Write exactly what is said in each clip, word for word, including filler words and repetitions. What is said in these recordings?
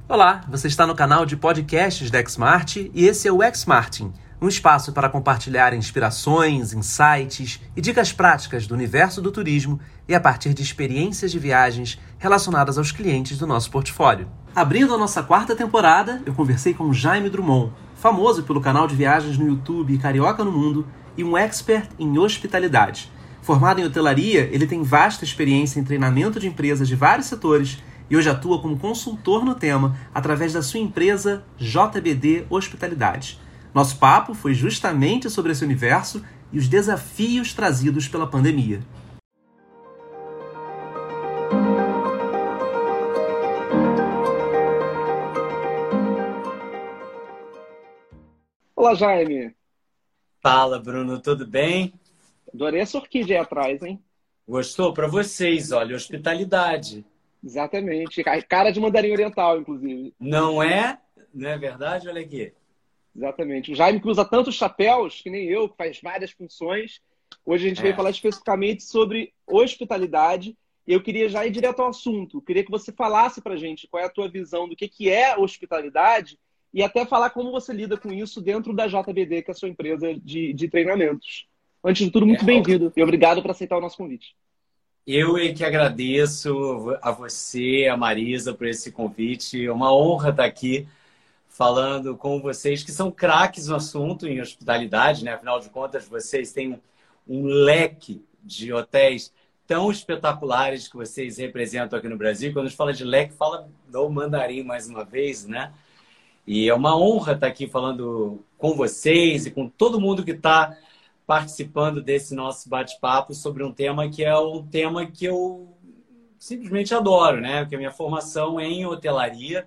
Olá, você está no canal de podcasts da Xmart e esse é o Xmarting, um espaço para compartilhar inspirações, insights e dicas práticas do universo do turismo e a partir de experiências de viagens relacionadas aos clientes do nosso portfólio. Abrindo a nossa quarta temporada, eu conversei com Jaime Drummond, famoso pelo canal de viagens no YouTube Carioca no Mundo e um expert em hospitalidade. Formado em hotelaria, ele tem vasta experiência em treinamento de empresas de vários setores e hoje atua como consultor no tema através da sua empresa J B D Hospitalidade. Nosso papo foi justamente sobre esse universo e os desafios trazidos pela pandemia. Olá, Jaime. Fala, Bruno, tudo bem? Adorei essa orquídea aí atrás, hein? Gostou? Para vocês, olha, hospitalidade. Exatamente. Cara de mandarim oriental, inclusive. Não é? Não é verdade? Olha aqui. Exatamente. O Jaime que usa tantos chapéus, que nem eu, que faz várias funções. Hoje a gente É. veio falar especificamente sobre hospitalidade. E eu queria já ir direto ao assunto. Eu queria que você falasse pra gente qual é a tua visão do que que é hospitalidade e até falar como você lida com isso dentro da J B D, que é a sua empresa de, de treinamentos. Antes de tudo, muito É. bem-vindo e obrigado por aceitar o nosso convite. Eu é que agradeço a você, a Marisa, por esse convite. É uma honra estar aqui falando com vocês, que são craques no assunto em hospitalidade, né? Afinal de contas, vocês têm um, um leque de hotéis tão espetaculares que vocês representam aqui no Brasil. Quando a gente fala de leque, fala do mandarim mais uma vez, né? E é uma honra estar aqui falando com vocês e com todo mundo que está participando desse nosso bate-papo sobre um tema que é um tema que eu simplesmente adoro, né? Porque a minha formação é em hotelaria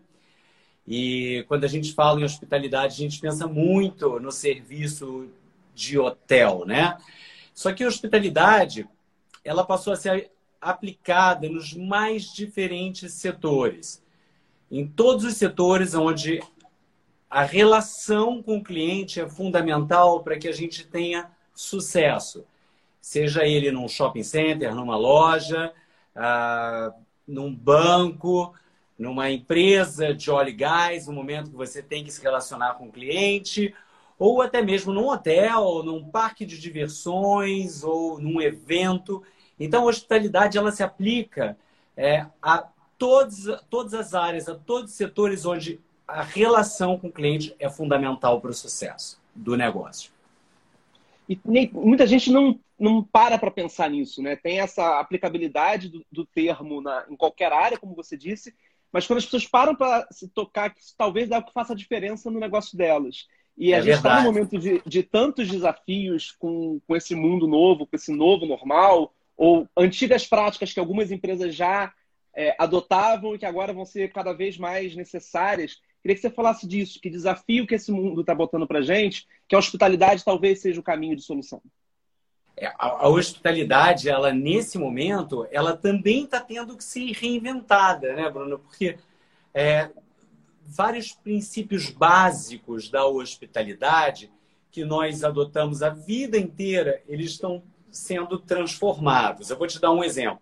e quando a gente fala em hospitalidade, a gente pensa muito no serviço de hotel, né? Só que a hospitalidade, ela passou a ser aplicada nos mais diferentes setores. Em todos os setores onde a relação com o cliente é fundamental para que a gente tenha sucesso. Seja ele num shopping center, numa loja, ah, num banco, numa empresa de óleo e gás, no momento que você tem que se relacionar com o cliente, ou até mesmo num hotel, num parque de diversões, ou num evento. Então, a hospitalidade ela se aplica é, a todos, todas as áreas, a todos os setores onde a relação com o cliente é fundamental para o sucesso do negócio. E nem, muita gente não, não para para pensar nisso, né? Tem essa aplicabilidade do, do termo na, em qualquer área, como você disse, mas quando as pessoas param para se tocar, que isso talvez é o que faça a diferença no negócio delas. E a É gente está num verdade. momento de, de tantos desafios com, com esse mundo novo, com esse novo normal, ou antigas práticas que algumas empresas já é, adotavam e que agora vão ser cada vez mais necessárias. Queria que você falasse disso, que desafio que esse mundo está botando para a gente, que a hospitalidade talvez seja o caminho de solução. É, a, a hospitalidade, ela nesse momento, ela também está tendo que ser reinventada, né, Bruno? Porque é, vários princípios básicos da hospitalidade que nós adotamos a vida inteira, eles estão sendo transformados. Eu vou te dar um exemplo.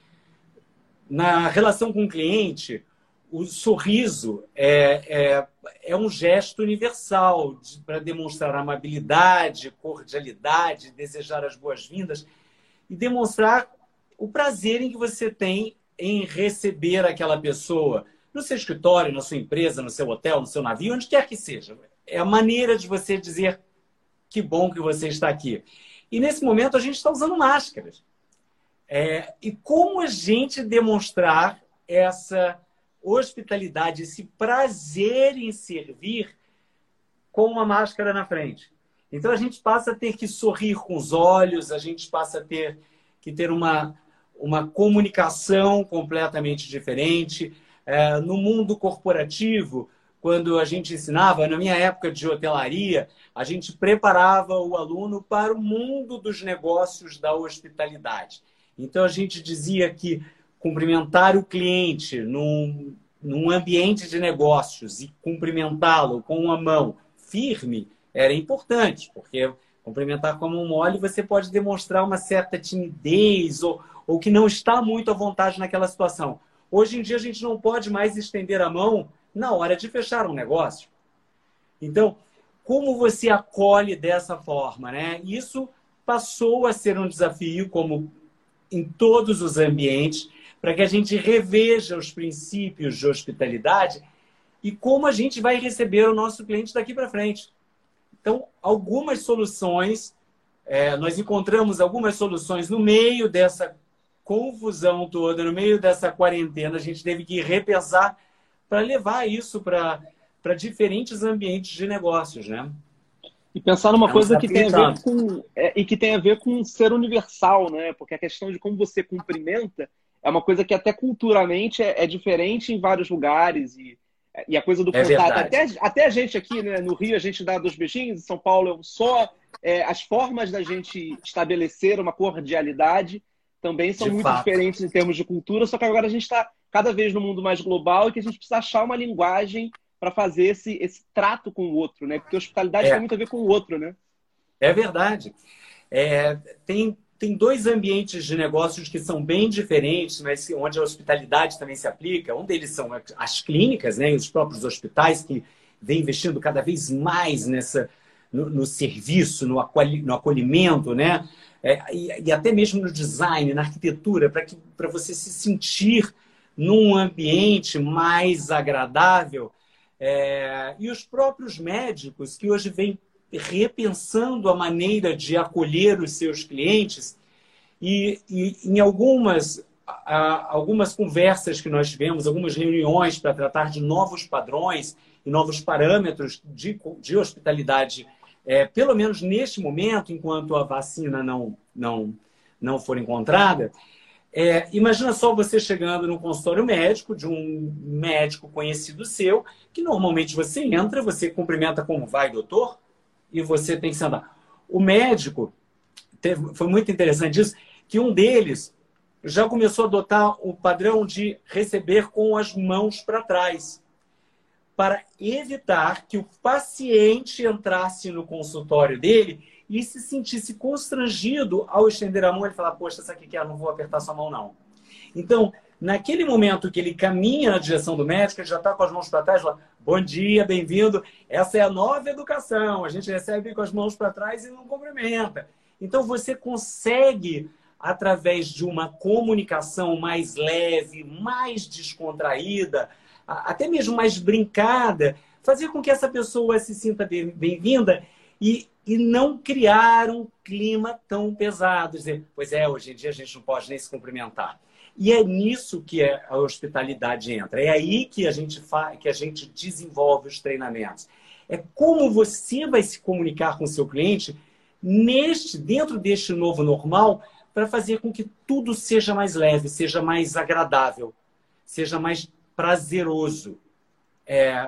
Na relação com o cliente, o sorriso é, é, é um gesto universal de, para demonstrar amabilidade, cordialidade, desejar as boas-vindas e demonstrar o prazer em que você tem em receber aquela pessoa no seu escritório, na sua empresa, no seu hotel, no seu navio, onde quer que seja. É a maneira de você dizer que bom que você está aqui. E nesse momento a gente está usando máscaras. É, e como a gente demonstrar essa hospitalidade, esse prazer em servir com uma máscara na frente. Então a gente passa a ter que sorrir com os olhos, a gente passa a ter que ter uma, uma comunicação completamente diferente. É, no mundo corporativo, quando a gente ensinava, na minha época de hotelaria, a gente preparava o aluno para o mundo dos negócios da hospitalidade. Então a gente dizia que cumprimentar o cliente num, num ambiente de negócios e cumprimentá-lo com uma mão firme era importante, porque cumprimentar com a mão mole você pode demonstrar uma certa timidez ou, ou que não está muito à vontade naquela situação. Hoje em dia a gente não pode mais estender a mão na hora de fechar um negócio. Então, como você acolhe dessa forma, né? Isso passou a ser um desafio, como em todos os ambientes, para que a gente reveja os princípios de hospitalidade e como a gente vai receber o nosso cliente daqui para frente. Então, algumas soluções, é, nós encontramos algumas soluções no meio dessa confusão toda, no meio dessa quarentena, a gente teve que repensar para levar isso para para diferentes ambientes de negócios, né? E pensar numa É um coisa que tem a ver desafio com é, e que tem a ver com ser universal, né? Porque a questão de como você cumprimenta é uma coisa que até culturalmente é, é diferente em vários lugares e, e a coisa do É contato. verdade. Até, até a gente aqui, né, no Rio, a gente dá dois beijinhos, em São Paulo é um só. É, as formas da gente estabelecer uma cordialidade também são De muito fato. diferentes em termos de cultura, só que agora a gente está cada vez no mundo mais global e que a gente precisa achar uma linguagem para fazer esse, esse trato com o outro, né? Porque a hospitalidade É. tem muito a ver com o outro, né? É verdade. É, tem, tem dois ambientes de negócios que são bem diferentes, mas onde a hospitalidade também se aplica. Um deles são as clínicas, né, e os próprios hospitais que vêm investindo cada vez mais nessa, no, no serviço, no, acolhi, no acolhimento, né? É, e, e até mesmo no design, na arquitetura, para que para você se sentir num ambiente mais agradável. É, e os próprios médicos que hoje vêm repensando a maneira de acolher os seus clientes e, e em algumas, a, algumas conversas que nós tivemos, algumas reuniões para tratar de novos padrões e novos parâmetros de, de hospitalidade, é, pelo menos neste momento, enquanto a vacina não, não, não for encontrada. É, imagina só você chegando no consultório médico de um médico conhecido seu, que normalmente você entra, você cumprimenta como vai, doutor, e você tem que sentar. O médico, teve, foi muito interessante isso, que um deles já começou a adotar o padrão de receber com as mãos para trás, para evitar que o paciente entrasse no consultório dele e se sentisse constrangido ao estender a mão e falar, poxa, essa aqui que eu não vou apertar sua mão, não. Então, naquele momento que ele caminha na direção do médico, ele já está com as mãos para trás, fala, bom dia, bem-vindo, essa é a nova educação, a gente recebe com as mãos para trás e não cumprimenta. Então, você consegue, através de uma comunicação mais leve, mais descontraída, até mesmo mais brincada, fazer com que essa pessoa se sinta bem-vinda e e não criar um clima tão pesado. Dizer, pois é, hoje em dia a gente não pode nem se cumprimentar. E é nisso que a hospitalidade entra. É aí que a gente faz, que a gente desenvolve os treinamentos. É como você vai se comunicar com o seu cliente neste, dentro deste novo normal para fazer com que tudo seja mais leve, seja mais agradável, seja mais prazeroso. É,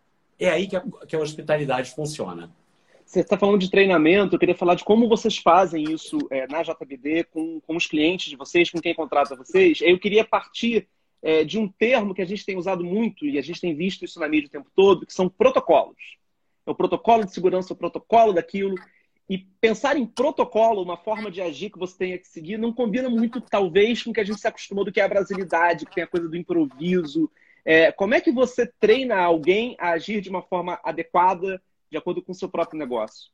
é aí que a, que a hospitalidade funciona. Você está falando de treinamento, eu queria falar de como vocês fazem isso é, na J B D, com, com os clientes de vocês, com quem contrata vocês. Eu queria partir é, de um termo que a gente tem usado muito, e a gente tem visto isso na mídia o tempo todo, que são protocolos. É o protocolo de segurança, o protocolo daquilo. E pensar em protocolo, uma forma de agir que você tenha que seguir, não combina muito, talvez, com o que a gente se acostumou do que é a brasilidade, que tem a coisa do improviso. É, como é que você treina alguém a agir de uma forma adequada, de acordo com o seu próprio negócio?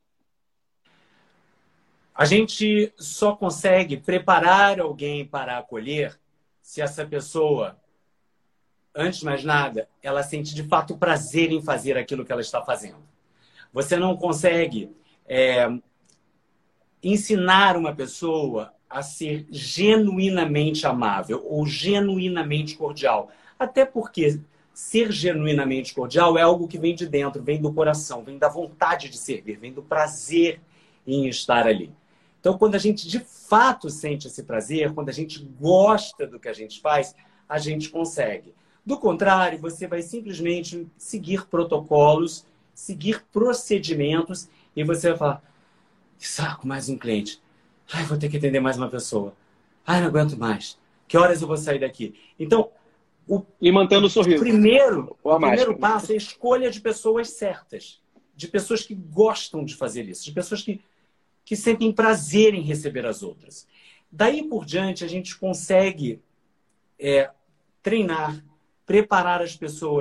A gente só consegue preparar alguém para acolher se essa pessoa, antes de mais nada, ela sente de fato prazer em fazer aquilo que ela está fazendo. Você não consegue é, ensinar uma pessoa a ser genuinamente amável ou genuinamente cordial. Até porque ser genuinamente cordial é algo que vem de dentro, vem do coração, vem da vontade de servir, vem do prazer em estar ali. Então, quando a gente de fato sente esse prazer, quando a gente gosta do que a gente faz, a gente consegue. Do contrário, você vai simplesmente seguir protocolos, seguir procedimentos e você vai falar, que saco, mais um cliente. Ai, vou ter que atender mais uma pessoa. Ai, não aguento mais. Que horas eu vou sair daqui? Então, O, e mantendo o sorriso. Primeiro, o primeiro passo é a escolha de pessoas certas. De pessoas que gostam de fazer isso. De pessoas que, que sentem prazer em receber as outras. Daí por diante, a gente consegue é, treinar, preparar as pessoas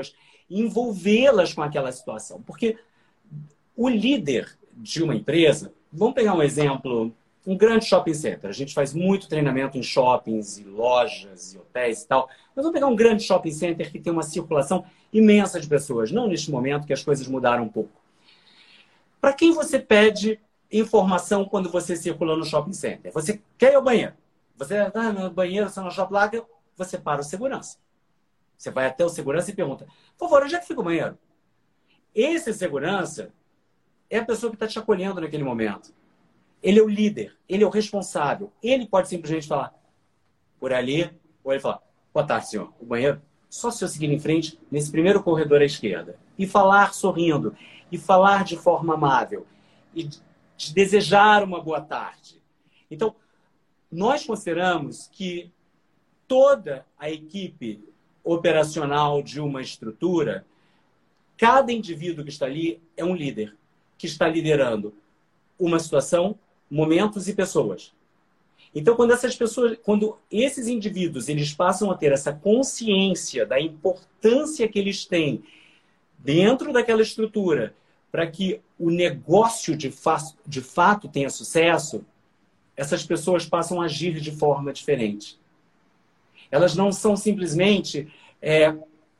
envolvê-las com aquela situação. Porque o líder de uma empresa, vamos pegar um exemplo, um grande shopping center. A gente faz muito treinamento em shoppings e lojas e hotéis e tal. Mas vamos pegar um grande shopping center que tem uma circulação imensa de pessoas. Não neste momento que as coisas mudaram um pouco. Para quem você pede informação quando você circula no shopping center? Você quer ir ao banheiro? Você está no banheiro, você no shopping lá, você para o segurança. Você vai até o segurança e pergunta, por favor, onde é que fica o banheiro? Esse segurança é a pessoa que está te acolhendo naquele momento. Ele é o líder, ele é o responsável. Ele pode simplesmente falar por ali, ou ele falar, boa tarde, senhor, o banheiro? Só se eu seguir em frente, nesse primeiro corredor à esquerda. E falar sorrindo, e falar de forma amável, e de desejar uma boa tarde. Então, nós consideramos que toda a equipe operacional de uma estrutura, cada indivíduo que está ali é um líder, que está liderando uma situação, momentos e pessoas. Então, quando essas pessoas, quando esses indivíduos, eles passam a ter essa consciência da importância que eles têm dentro daquela estrutura para que o negócio de, fa de fato tenha sucesso, essas pessoas passam a agir de forma diferente. Elas não são simplesmente é,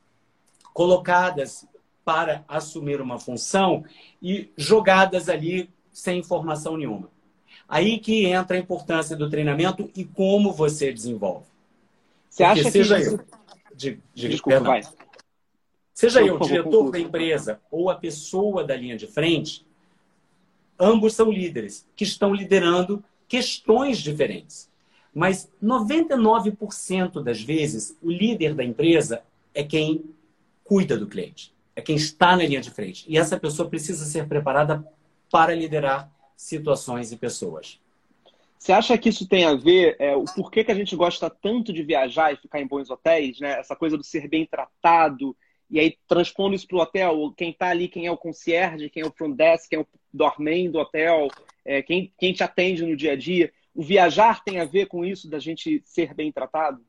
colocadas para assumir uma função e jogadas ali sem informação nenhuma. Aí que entra a importância do treinamento e como você desenvolve. Você acha que... Seja eu, de, de, Desculpa, perdão. vai. Seja Por eu, o favor, diretor conclua. da empresa ou a pessoa da linha de frente, ambos são líderes que estão liderando questões diferentes. Mas noventa e nove por cento das vezes, o líder da empresa é quem cuida do cliente. É quem está na linha de frente. E essa pessoa precisa ser preparada para liderar situações e pessoas. Você acha que isso tem a ver, é, o porquê que a gente gosta tanto de viajar e ficar em bons hotéis, né? Essa coisa do ser bem tratado, e aí transpondo isso para o hotel, quem está ali, quem é o concierge, quem é o front desk, quem é o doorman do hotel, é, quem, quem te atende no dia a dia. O viajar tem a ver com isso, da gente ser bem tratado?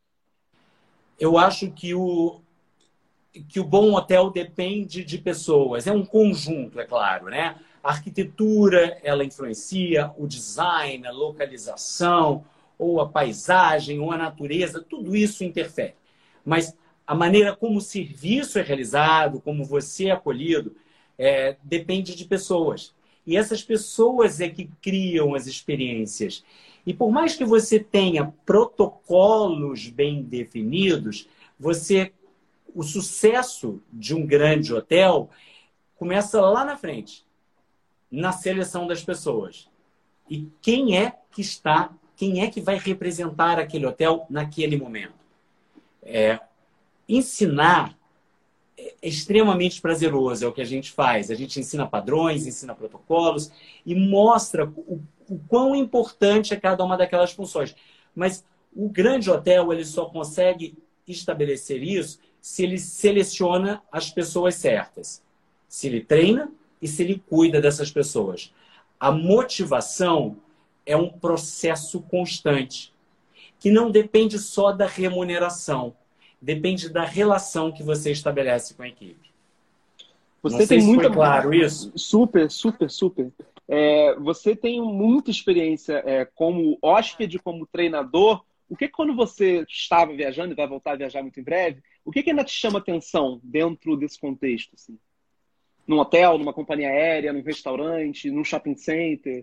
Eu acho que o, que o bom hotel depende de pessoas. É um conjunto, é claro, né? A arquitetura, ela influencia, o design, a localização, ou a paisagem, ou a natureza, tudo isso interfere. Mas a maneira como o serviço é realizado, como você é acolhido, é, depende de pessoas. E essas pessoas é que criam as experiências. E por mais que você tenha protocolos bem definidos, você, o sucesso de um grande hotel começa lá na frente, na seleção das pessoas. E quem é que está, quem é que vai representar aquele hotel naquele momento? É, ensinar é extremamente prazeroso, é o que a gente faz. A gente ensina padrões, ensina protocolos e mostra o, o quão importante é cada uma daquelas funções. Mas o grande hotel, ele só consegue estabelecer isso se ele seleciona as pessoas certas. Se ele treina e se ele cuida dessas pessoas. A motivação é um processo constante, que não depende só da remuneração, depende da relação que você estabelece com a equipe. Você não sei tem se muita... foi claro isso? Super, super, super. É, você tem muita experiência é, como hóspede, como treinador. O que, quando você estava viajando e vai voltar a viajar muito em breve, o que, que ainda te chama atenção dentro desse contexto? Assim? Num hotel, numa companhia aérea, num restaurante, num shopping center?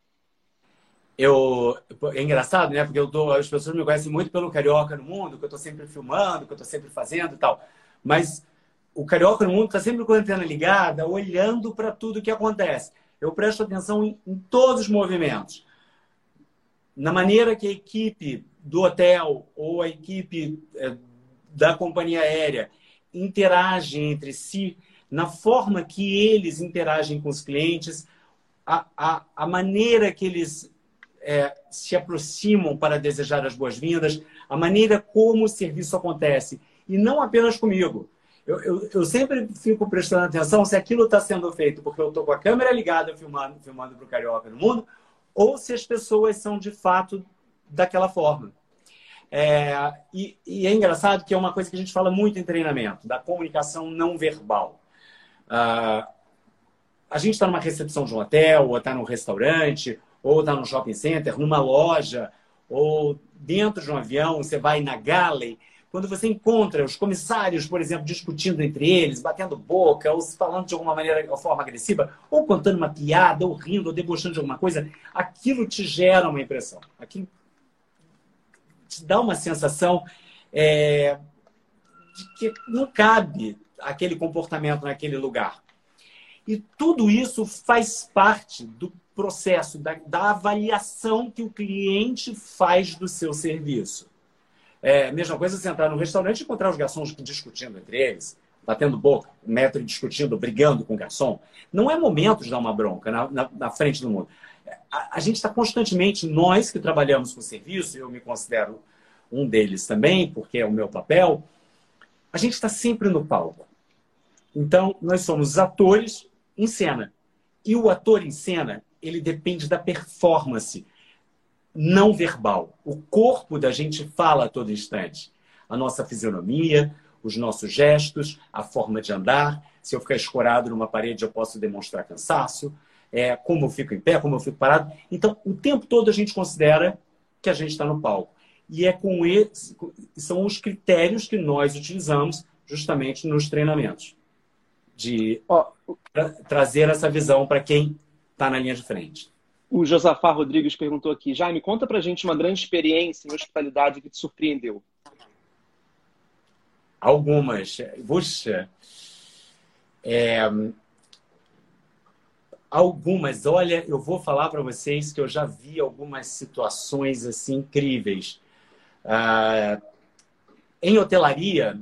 Eu, é engraçado, né? Porque eu tô, as pessoas me conhecem muito pelo Carioca no Mundo, que eu estou sempre filmando, que eu estou sempre fazendo e tal. Mas o Carioca no Mundo está sempre com a antena ligada, olhando para tudo que acontece. Eu presto atenção em, em todos os movimentos. Na maneira que a equipe do hotel ou a equipe é, da companhia aérea interage entre si, na forma que eles interagem com os clientes, a, a, a maneira que eles é, se aproximam para desejar as boas-vindas, a maneira como o serviço acontece. E não apenas comigo. Eu, eu, eu sempre fico prestando atenção se aquilo está sendo feito porque eu estou com a câmera ligada filmando, filmando para o Carioca no Mundo, ou se as pessoas são de fato daquela forma. É, e, e é engraçado que é uma coisa que a gente fala muito em treinamento, da comunicação não verbal. Uh, a gente está numa recepção de um hotel, ou está num restaurante, ou está num shopping center, numa loja, ou dentro de um avião, você vai na galley. Quando você encontra os comissários, por exemplo, discutindo entre eles, batendo boca, ou se falando de alguma maneira, de forma agressiva, ou contando uma piada, ou rindo, ou debochando de alguma coisa, aquilo te gera uma impressão. Aquilo te dá uma sensação é, de que não cabe aquele comportamento naquele lugar. E tudo isso faz parte do processo, da, da avaliação que o cliente faz do seu serviço. É, mesma coisa você entrar no restaurante e encontrar os garçons discutindo entre eles, batendo boca, o maître discutindo, brigando com o garçom. Não é momento de dar uma bronca na, na, na frente do mundo. A, a gente está constantemente, nós que trabalhamos com serviço, eu me considero um deles também, porque é o meu papel, a gente está sempre no palco. Então, nós somos atores em cena. E o ator em cena, ele depende da performance não verbal. O corpo da gente fala a todo instante. A nossa fisionomia, os nossos gestos, a forma de andar. Se eu ficar escorado numa parede, eu posso demonstrar cansaço. É, como eu fico em pé, como eu fico parado. Então, o tempo todo a gente considera que a gente está no palco. E é com esse, são os critérios que nós utilizamos justamente nos treinamentos. De oh, tra trazer essa visão para quem está na linha de frente. O Josafá Rodrigues perguntou aqui, Jaime, conta pra gente uma grande experiência em hospitalidade que te surpreendeu. Algumas. Puxa. É... Algumas. Olha, eu vou falar para vocês que eu já vi algumas situações assim incríveis. Ah, em hotelaria,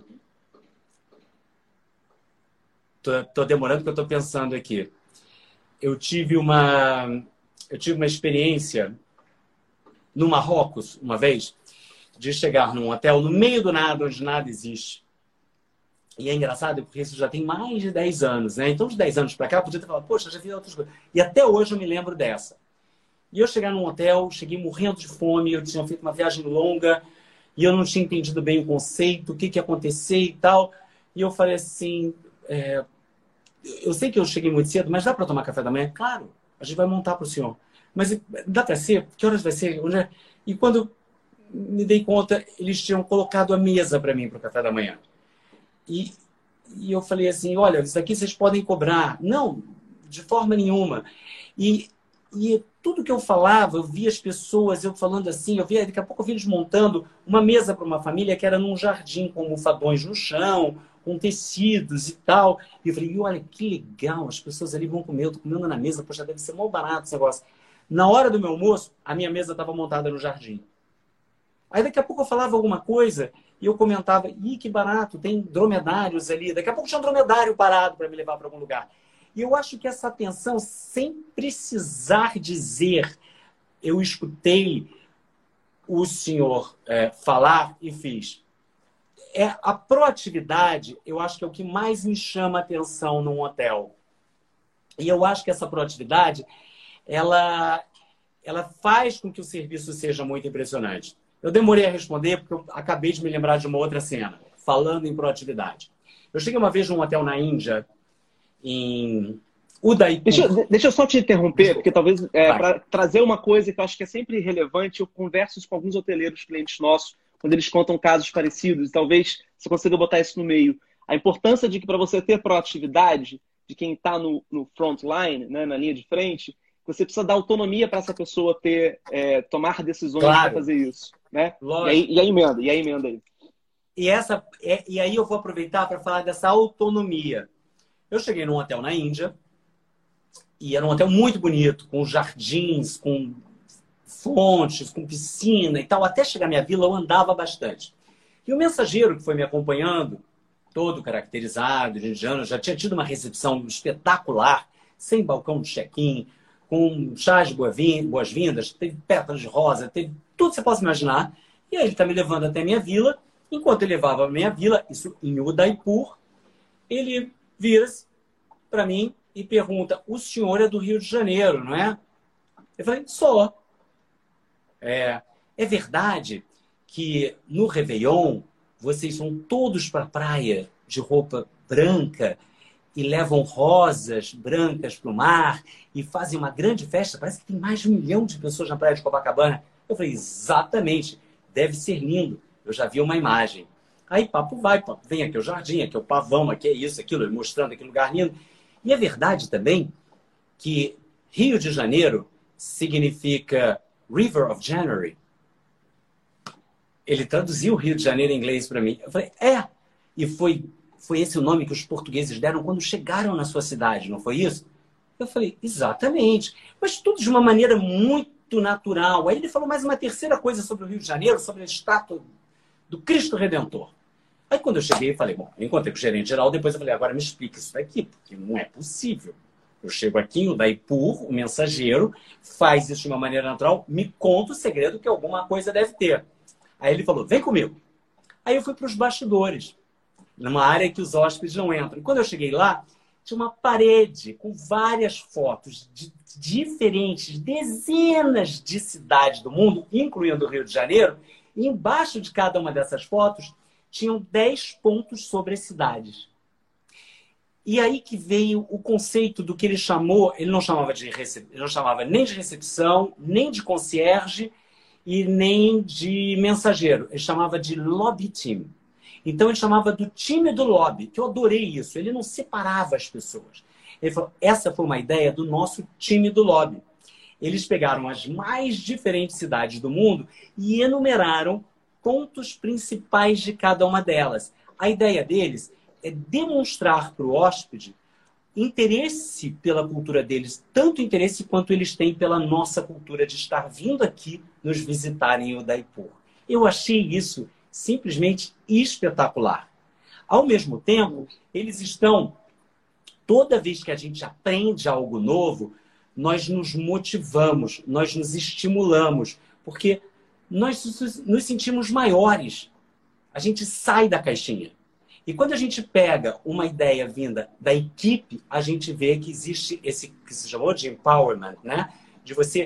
tô, tô demorando porque eu tô pensando aqui. Eu tive uma... Eu tive uma experiência no Marrocos, uma vez, de chegar num hotel no meio do nada, onde nada existe. E é engraçado, porque isso já tem mais de dez anos, né? Então, de dez anos para cá, eu podia ter falado, poxa, já vi outras coisas. E até hoje eu me lembro dessa. E eu chegar num hotel, cheguei morrendo de fome, eu tinha feito uma viagem longa, e eu não tinha entendido bem o conceito, o que, que ia acontecer e tal. E eu falei assim, é... eu sei que eu cheguei muito cedo, mas dá para tomar café da manhã? Claro. A gente vai montar para o senhor. Mas dá para ser? Que horas vai ser? Onde é? E quando me dei conta, eles tinham colocado a mesa para mim para o café da manhã. E, e eu falei assim, olha, isso aqui vocês podem cobrar. Não, de forma nenhuma. E, e tudo que eu falava, eu via as pessoas, eu falando assim, eu via, daqui a pouco eu vi eles montando uma mesa para uma família que era num jardim, com almofadões no chão, com tecidos e tal. E eu falei, olha, que legal, as pessoas ali vão comer, eu tô comendo na mesa, poxa, deve ser mó barato esse negócio. Na hora do meu almoço, a minha mesa estava montada no jardim. Aí daqui a pouco eu falava alguma coisa e eu comentava, ih, que barato, tem dromedários ali. Daqui a pouco tinha um dromedário parado para me levar para algum lugar. E eu acho que essa atenção, sem precisar dizer, eu escutei o senhor é, falar e fiz. É, a proatividade, eu acho que é o que mais me chama a atenção num hotel. E eu acho que essa proatividade, ela, ela faz com que o serviço seja muito impressionante. Eu demorei a responder porque eu acabei de me lembrar de uma outra cena, falando em proatividade. Eu cheguei uma vez num hotel na Índia, em Udaipur. Deixa, deixa eu só te interromper, Desculpa. porque talvez, é, para trazer uma coisa que eu acho que é sempre relevante, eu converso com alguns hoteleiros, clientes nossos, quando eles contam casos parecidos, e talvez você consiga botar isso no meio. A importância de que para você ter proatividade, de quem está no, no front line, né, na linha de frente, você precisa dar autonomia para essa pessoa ter, é, tomar decisões claro. para fazer isso. Né? E, aí, e a emenda, e a emenda aí. E, essa, é, e aí eu vou aproveitar para falar dessa autonomia. Eu cheguei num hotel na Índia, e era um hotel muito bonito, com jardins, com fontes, com piscina e tal. Até chegar à minha vila, eu andava bastante. E o mensageiro que foi me acompanhando, todo caracterizado, de indiano, já tinha tido uma recepção espetacular, sem balcão de check-in, com chás de boas-vindas, teve pétalas de rosa, teve tudo que você possa imaginar. E aí ele está me levando até a minha vila. Enquanto ele levava a minha vila, isso em Udaipur, ele vira-se para mim e pergunta, o senhor é do Rio de Janeiro, não é? Eu falei, sou. É, é verdade que no Réveillon vocês vão todos para a praia de roupa branca e levam rosas brancas para o mar e fazem uma grande festa. Parece que tem mais de um milhão de pessoas na praia de Copacabana. Eu falei, exatamente, deve ser lindo. Eu já vi uma imagem. Aí papo vai, papo vem, aqui é o jardim, aqui é o pavão, aqui é isso, aquilo, mostrando aquele lugar lindo. E é verdade também que Rio de Janeiro significa River of January. Ele traduziu Rio de Janeiro em inglês para mim. Eu falei, é. E foi, foi esse o nome que os portugueses deram quando chegaram na sua cidade, não foi isso? Eu falei, exatamente. Mas tudo de uma maneira muito natural. Aí ele falou mais uma terceira coisa sobre o Rio de Janeiro, sobre a estátua do Cristo Redentor. Aí quando eu cheguei, eu falei, bom, eu encontrei com o gerente geral, depois eu falei, agora me explica isso daqui, porque não é possível. Eu chego aqui, o Daipur, o mensageiro, faz isso de uma maneira natural, me conta o segredo que alguma coisa deve ter. Aí ele falou, vem comigo. Aí eu fui para os bastidores, numa área que os hóspedes não entram. E quando eu cheguei lá, tinha uma parede com várias fotos de diferentes, dezenas de cidades do mundo, incluindo o Rio de Janeiro, e embaixo de cada uma dessas fotos tinham dez pontos sobre as cidades. E aí que veio o conceito do que ele chamou, ele não chamava, de recep... ele não chamava nem de recepção, nem de concierge e nem de mensageiro. Ele chamava de lobby team. Então ele chamava do time do lobby, que eu adorei isso. Ele não separava as pessoas. Ele falou, essa foi uma ideia do nosso time do lobby. Eles pegaram as mais diferentes cidades do mundo e enumeraram pontos principais de cada uma delas. A ideia deles é demonstrar para o hóspede interesse pela cultura deles, tanto interesse quanto eles têm pela nossa cultura de estar vindo aqui nos visitarem em Udaipur. Eu achei isso simplesmente espetacular. Ao mesmo tempo, eles estão, toda vez que a gente aprende algo novo, nós nos motivamos, nós nos estimulamos, porque nós nos sentimos maiores. A gente sai da caixinha. E quando a gente pega uma ideia vinda da equipe, a gente vê que existe esse que se chamou de empowerment, né? De você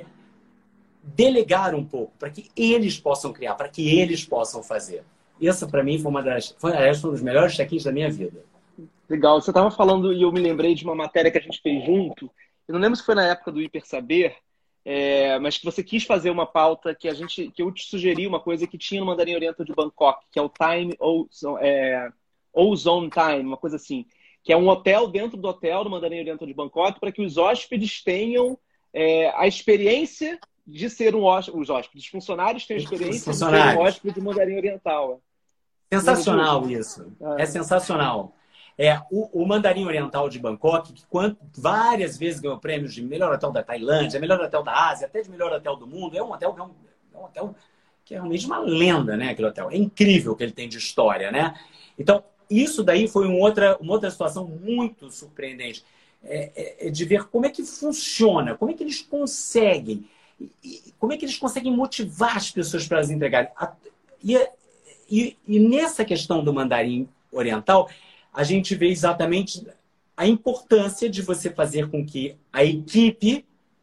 delegar um pouco para que eles possam criar, para que eles possam fazer. Essa, para mim, foi uma das, foi, aliás, foi um dos melhores check-ins da minha vida. Legal. Você estava falando e eu me lembrei de uma matéria que a gente fez junto. Eu não lembro se foi na época do Hiper Saber, é, mas que você quis fazer uma pauta que a gente, que eu te sugeri uma coisa que tinha no Mandarim Oriental de Bangkok, que é o Time ou é, Ozone Time, uma coisa assim, que é um hotel dentro do hotel do Mandarim Oriental de Bangkok para que os hóspedes tenham é, a experiência de ser um hóspede, os hóspedes, os funcionários têm a experiência de ser um hóspede do Mandarim Oriental. Sensacional isso. É, é sensacional. É, o, o Mandarim Oriental de Bangkok, que quanto, várias vezes ganhou prêmios de melhor hotel da Tailândia, melhor hotel da Ásia, até de melhor hotel do mundo, é um hotel, é um, é um hotel que é realmente uma lenda, né? Aquele hotel. É incrível o que ele tem de história, né? Então, isso daí foi uma outra, uma outra situação muito surpreendente. É, é, é de ver como é que funciona, como é que eles conseguem, e, como é que eles conseguem motivar as pessoas para as entregarem. E, e, e nessa questão do Mandarim Oriental, a gente vê exatamente a importância de você fazer com que a equipe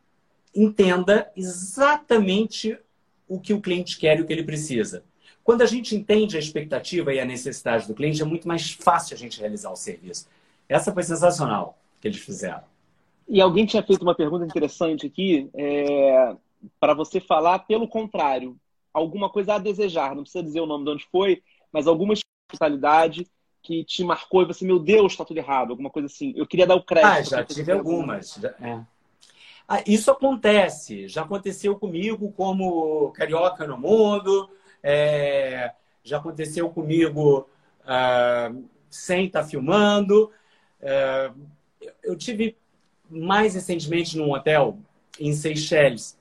entenda exatamente o que o cliente quer e o que ele precisa. Quando a gente entende a expectativa e a necessidade do cliente, é muito mais fácil a gente realizar o serviço. Essa foi sensacional que eles fizeram. E alguém tinha feito uma pergunta interessante aqui, é, para você falar pelo contrário, alguma coisa a desejar, não precisa dizer o nome de onde foi, mas alguma hospitalidade que te marcou e você, meu Deus, está tudo errado, alguma coisa assim. Eu queria dar o crédito. Ah, já tive algumas. Já, é. ah, isso acontece. Já aconteceu comigo como carioca no mundo, é, já aconteceu comigo ah, sem estar filmando. É, eu tive mais recentemente num hotel em Seychelles.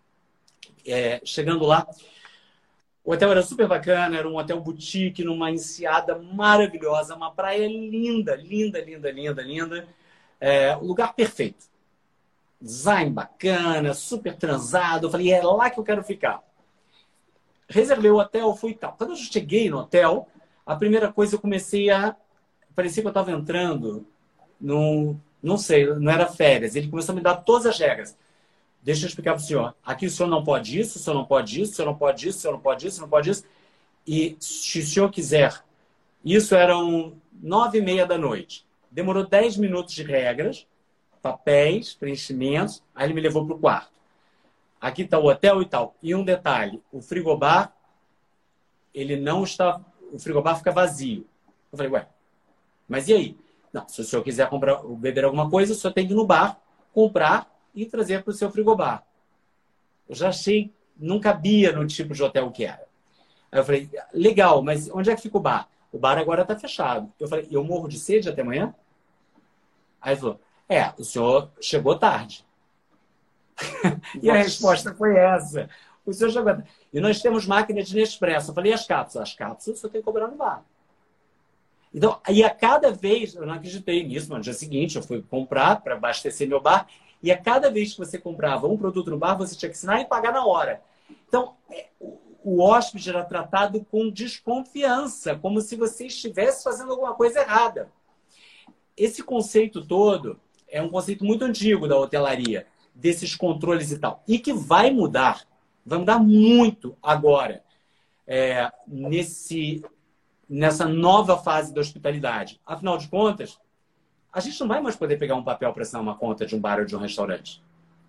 É, chegando lá, o hotel era super bacana, era um hotel boutique, numa enseada maravilhosa, uma praia linda, linda, linda, linda, linda. É, um lugar perfeito. Design bacana, super transado. Eu falei, é lá que eu quero ficar. Reservei o hotel, fui e tal. Quando eu cheguei no hotel, a primeira coisa eu comecei a... Parecia que eu estava entrando num... Não sei, não era férias. Ele começou a me dar todas as regras. Deixa eu explicar para o senhor. Aqui o senhor não pode isso, o senhor não pode isso, o senhor não pode isso, o senhor não pode isso, o senhor não pode isso. E se o senhor quiser, isso eram nove e meia da noite. Demorou dez minutos de regras, papéis, preenchimentos, aí ele me levou para o quarto. Aqui está o hotel e tal. E um detalhe, o frigobar, ele não está... O frigobar fica vazio. Eu falei, ué, mas e aí? Não, se o senhor quiser comprar, beber alguma coisa, o senhor tem que ir no bar, comprar e trazer para o seu frigobar. Eu já achei, não cabia no tipo de hotel que era. Aí eu falei, legal, mas onde é que fica o bar? O bar agora está fechado. Eu falei, eu morro de sede até amanhã? Aí ele falou, é, o senhor chegou tarde. E a resposta foi essa. O senhor chegou tarde. E nós temos máquina de Nespresso. Eu falei, e as cápsulas? As cápsulas o senhor tem que cobrar no bar. Então, aí a cada vez, eu não acreditei nisso, mas no dia seguinte eu fui comprar para abastecer meu bar, e a cada vez que você comprava um produto no bar, você tinha que assinar e pagar na hora. Então, o hóspede era tratado com desconfiança, como se você estivesse fazendo alguma coisa errada. Esse conceito todo é um conceito muito antigo da hotelaria, desses controles e tal, e que vai mudar, vai mudar muito agora, é, nesse, nessa nova fase da hospitalidade. Afinal de contas, a gente não vai mais poder pegar um papel para assinar uma conta de um bar ou de um restaurante.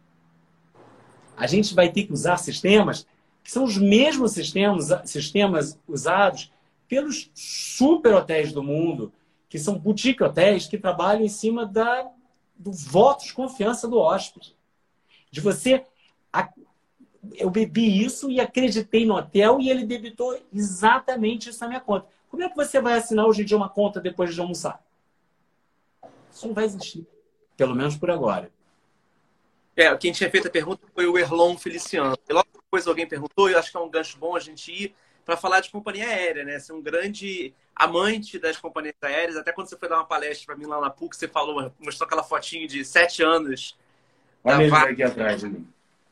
A gente vai ter que usar sistemas que são os mesmos sistemas, sistemas usados pelos super hotéis do mundo, que são boutique hotéis que trabalham em cima da, do voto de confiança do hóspede. De você... Eu bebi isso e acreditei no hotel e ele debitou exatamente isso na minha conta. Como é que você vai assinar hoje em dia uma conta depois de almoçar? Isso não vai existir. Pelo menos por agora. É, quem tinha feito a pergunta foi o Erlon Feliciano. E logo depois alguém perguntou, e eu acho que é um gancho bom a gente ir para falar de companhia aérea, né? Ser um grande amante das companhias aéreas. Até quando você foi dar uma palestra para mim lá na P U C, você falou, mostrou aquela fotinho de sete anos. Olha eles aqui atrás, né?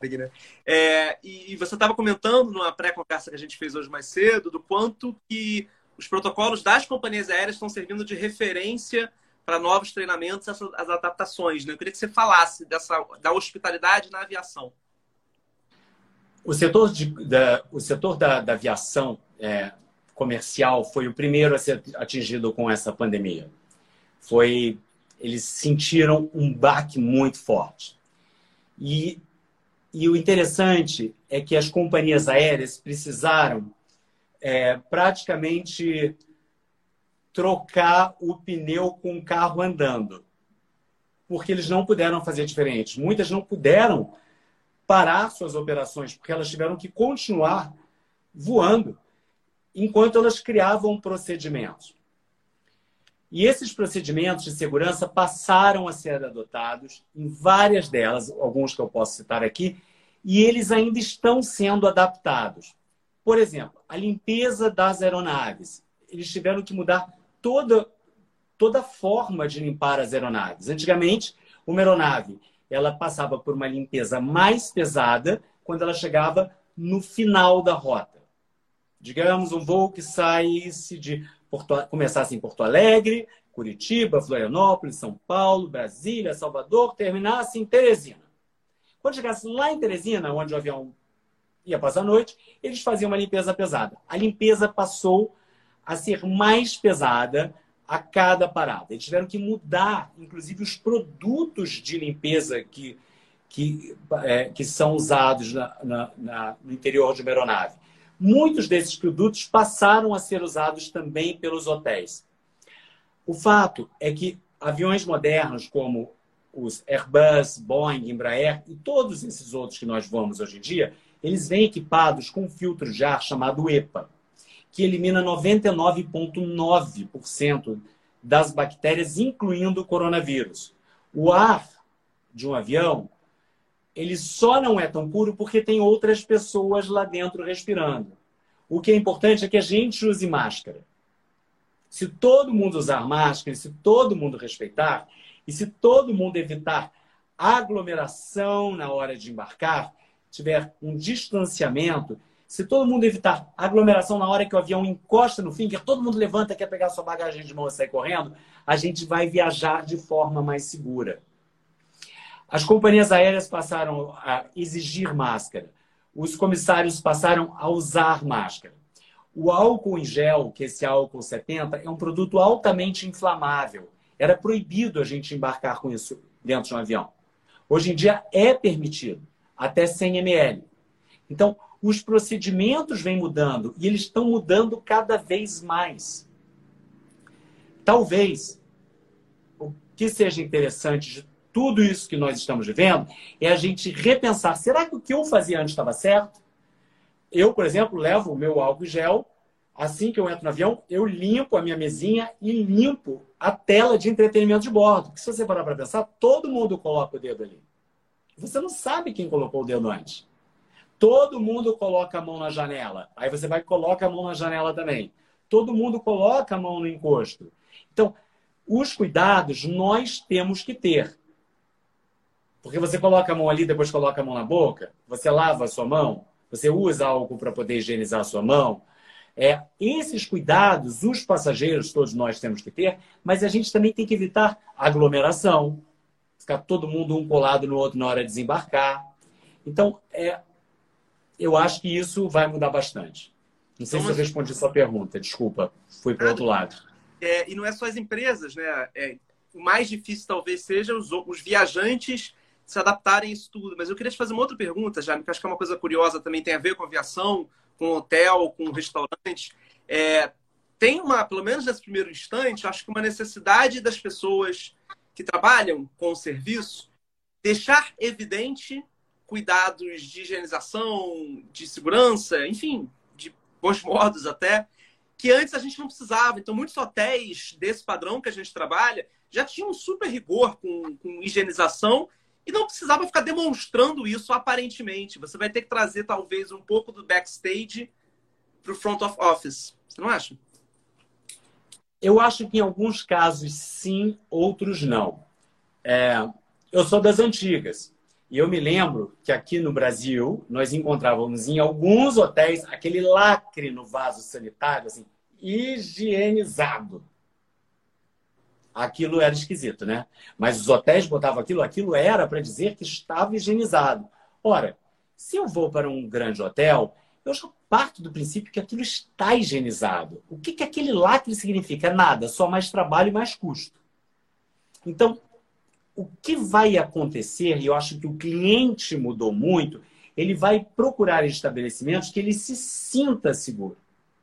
É, e você estava comentando numa pré-conversa que a gente fez hoje mais cedo do quanto que os protocolos das companhias aéreas estão servindo de referência para novos treinamentos, as adaptações, né? Eu queria que você falasse dessa, da hospitalidade na aviação. O setor, de, da, o setor da, da aviação é, comercial foi o primeiro a ser atingido com essa pandemia. Foi, eles sentiram um baque muito forte. E, e o interessante é que as companhias aéreas precisaram é, praticamente trocar o pneu com o carro andando. Porque eles não puderam fazer diferente. Muitas não puderam parar suas operações, porque elas tiveram que continuar voando enquanto elas criavam procedimentos. E esses procedimentos de segurança passaram a ser adotados em várias delas, alguns que eu posso citar aqui, e eles ainda estão sendo adaptados. Por exemplo, a limpeza das aeronaves. Eles tiveram que mudar toda, toda a forma de limpar as aeronaves. Antigamente, uma aeronave ela passava por uma limpeza mais pesada quando ela chegava no final da rota. Digamos, um voo que saísse de Porto, começasse em Porto Alegre, Curitiba, Florianópolis, São Paulo, Brasília, Salvador, terminasse em Teresina. Quando chegasse lá em Teresina, onde o avião ia passar a noite, eles faziam uma limpeza pesada. A limpeza passou a ser mais pesada a cada parada. Eles tiveram que mudar, inclusive, os produtos de limpeza que, que, é, que são usados na, na, na, no interior de uma aeronave. Muitos desses produtos passaram a ser usados também pelos hotéis. O fato é que aviões modernos, como os Airbus, Boeing, Embraer e todos esses outros que nós vamos hoje em dia, eles vêm equipados com um filtro de ar chamado EPA, que elimina noventa e nove vírgula nove por cento das bactérias, incluindo o coronavírus. O ar de um avião, ele só não é tão puro porque tem outras pessoas lá dentro respirando. O que é importante é que a gente use máscara. Se todo mundo usar máscara, se todo mundo respeitar, e se todo mundo evitar aglomeração na hora de embarcar, tiver um distanciamento, se todo mundo evitar aglomeração na hora que o avião encosta no fim, que todo mundo levanta, quer pegar sua bagagem de mão e sair correndo, a gente vai viajar de forma mais segura. As companhias aéreas passaram a exigir máscara. Os comissários passaram a usar máscara. O álcool em gel, que é esse álcool setenta, é um produto altamente inflamável. Era proibido a gente embarcar com isso dentro de um avião. Hoje em dia é permitido, até cem mililitros. Então, os procedimentos vêm mudando e eles estão mudando cada vez mais. Talvez o que seja interessante de tudo isso que nós estamos vivendo é a gente repensar, será que o que eu fazia antes estava certo? Eu, por exemplo, levo o meu álcool em gel, assim que eu entro no avião, eu limpo a minha mesinha e limpo a tela de entretenimento de bordo. Porque se você parar para pensar, todo mundo coloca o dedo ali. Você não sabe quem colocou o dedo antes. Todo mundo coloca a mão na janela. Aí você vai e coloca a mão na janela também. Todo mundo coloca a mão no encosto. Então, os cuidados nós temos que ter. Porque você coloca a mão ali, depois coloca a mão na boca, você lava a sua mão, você usa álcool para poder higienizar a sua mão. É, esses cuidados, os passageiros, todos nós temos que ter, mas a gente também tem que evitar aglomeração, ficar todo mundo um colado no outro na hora de desembarcar. Então, é, eu acho que isso vai mudar bastante. Não sei então, se eu respondi a sua pergunta, desculpa, fui para o outro lado. É, e não é só as empresas, né? É, o mais difícil talvez seja os, os viajantes se adaptarem a isso tudo. Mas eu queria te fazer uma outra pergunta, Jaime, que acho que é uma coisa curiosa também, tem a ver com aviação, com hotel, com restaurante. É, tem uma, pelo menos nesse primeiro instante, acho que uma necessidade das pessoas que trabalham com o serviço deixar evidente cuidados de higienização, de segurança, enfim, de bons modos até, que antes a gente não precisava. Então, muitos hotéis desse padrão que a gente trabalha já tinham um super rigor com, com higienização e não precisava ficar demonstrando isso aparentemente. Você vai ter que trazer, talvez, um pouco do backstage para o front of office. Você não acha? Eu acho que em alguns casos sim, outros não. É, eu sou das antigas. E eu me lembro que aqui no Brasil, nós encontrávamos em alguns hotéis aquele lacre no vaso sanitário, assim, higienizado. Aquilo era esquisito, né? Mas os hotéis botavam aquilo, aquilo era para dizer que estava higienizado. Ora, se eu vou para um grande hotel, eu já parto do princípio que aquilo está higienizado. O que, que aquele lacre significa? Nada, só mais trabalho e mais custo. Então, o que vai acontecer, e eu acho que o cliente mudou muito, ele vai procurar estabelecimentos que ele se sinta seguro.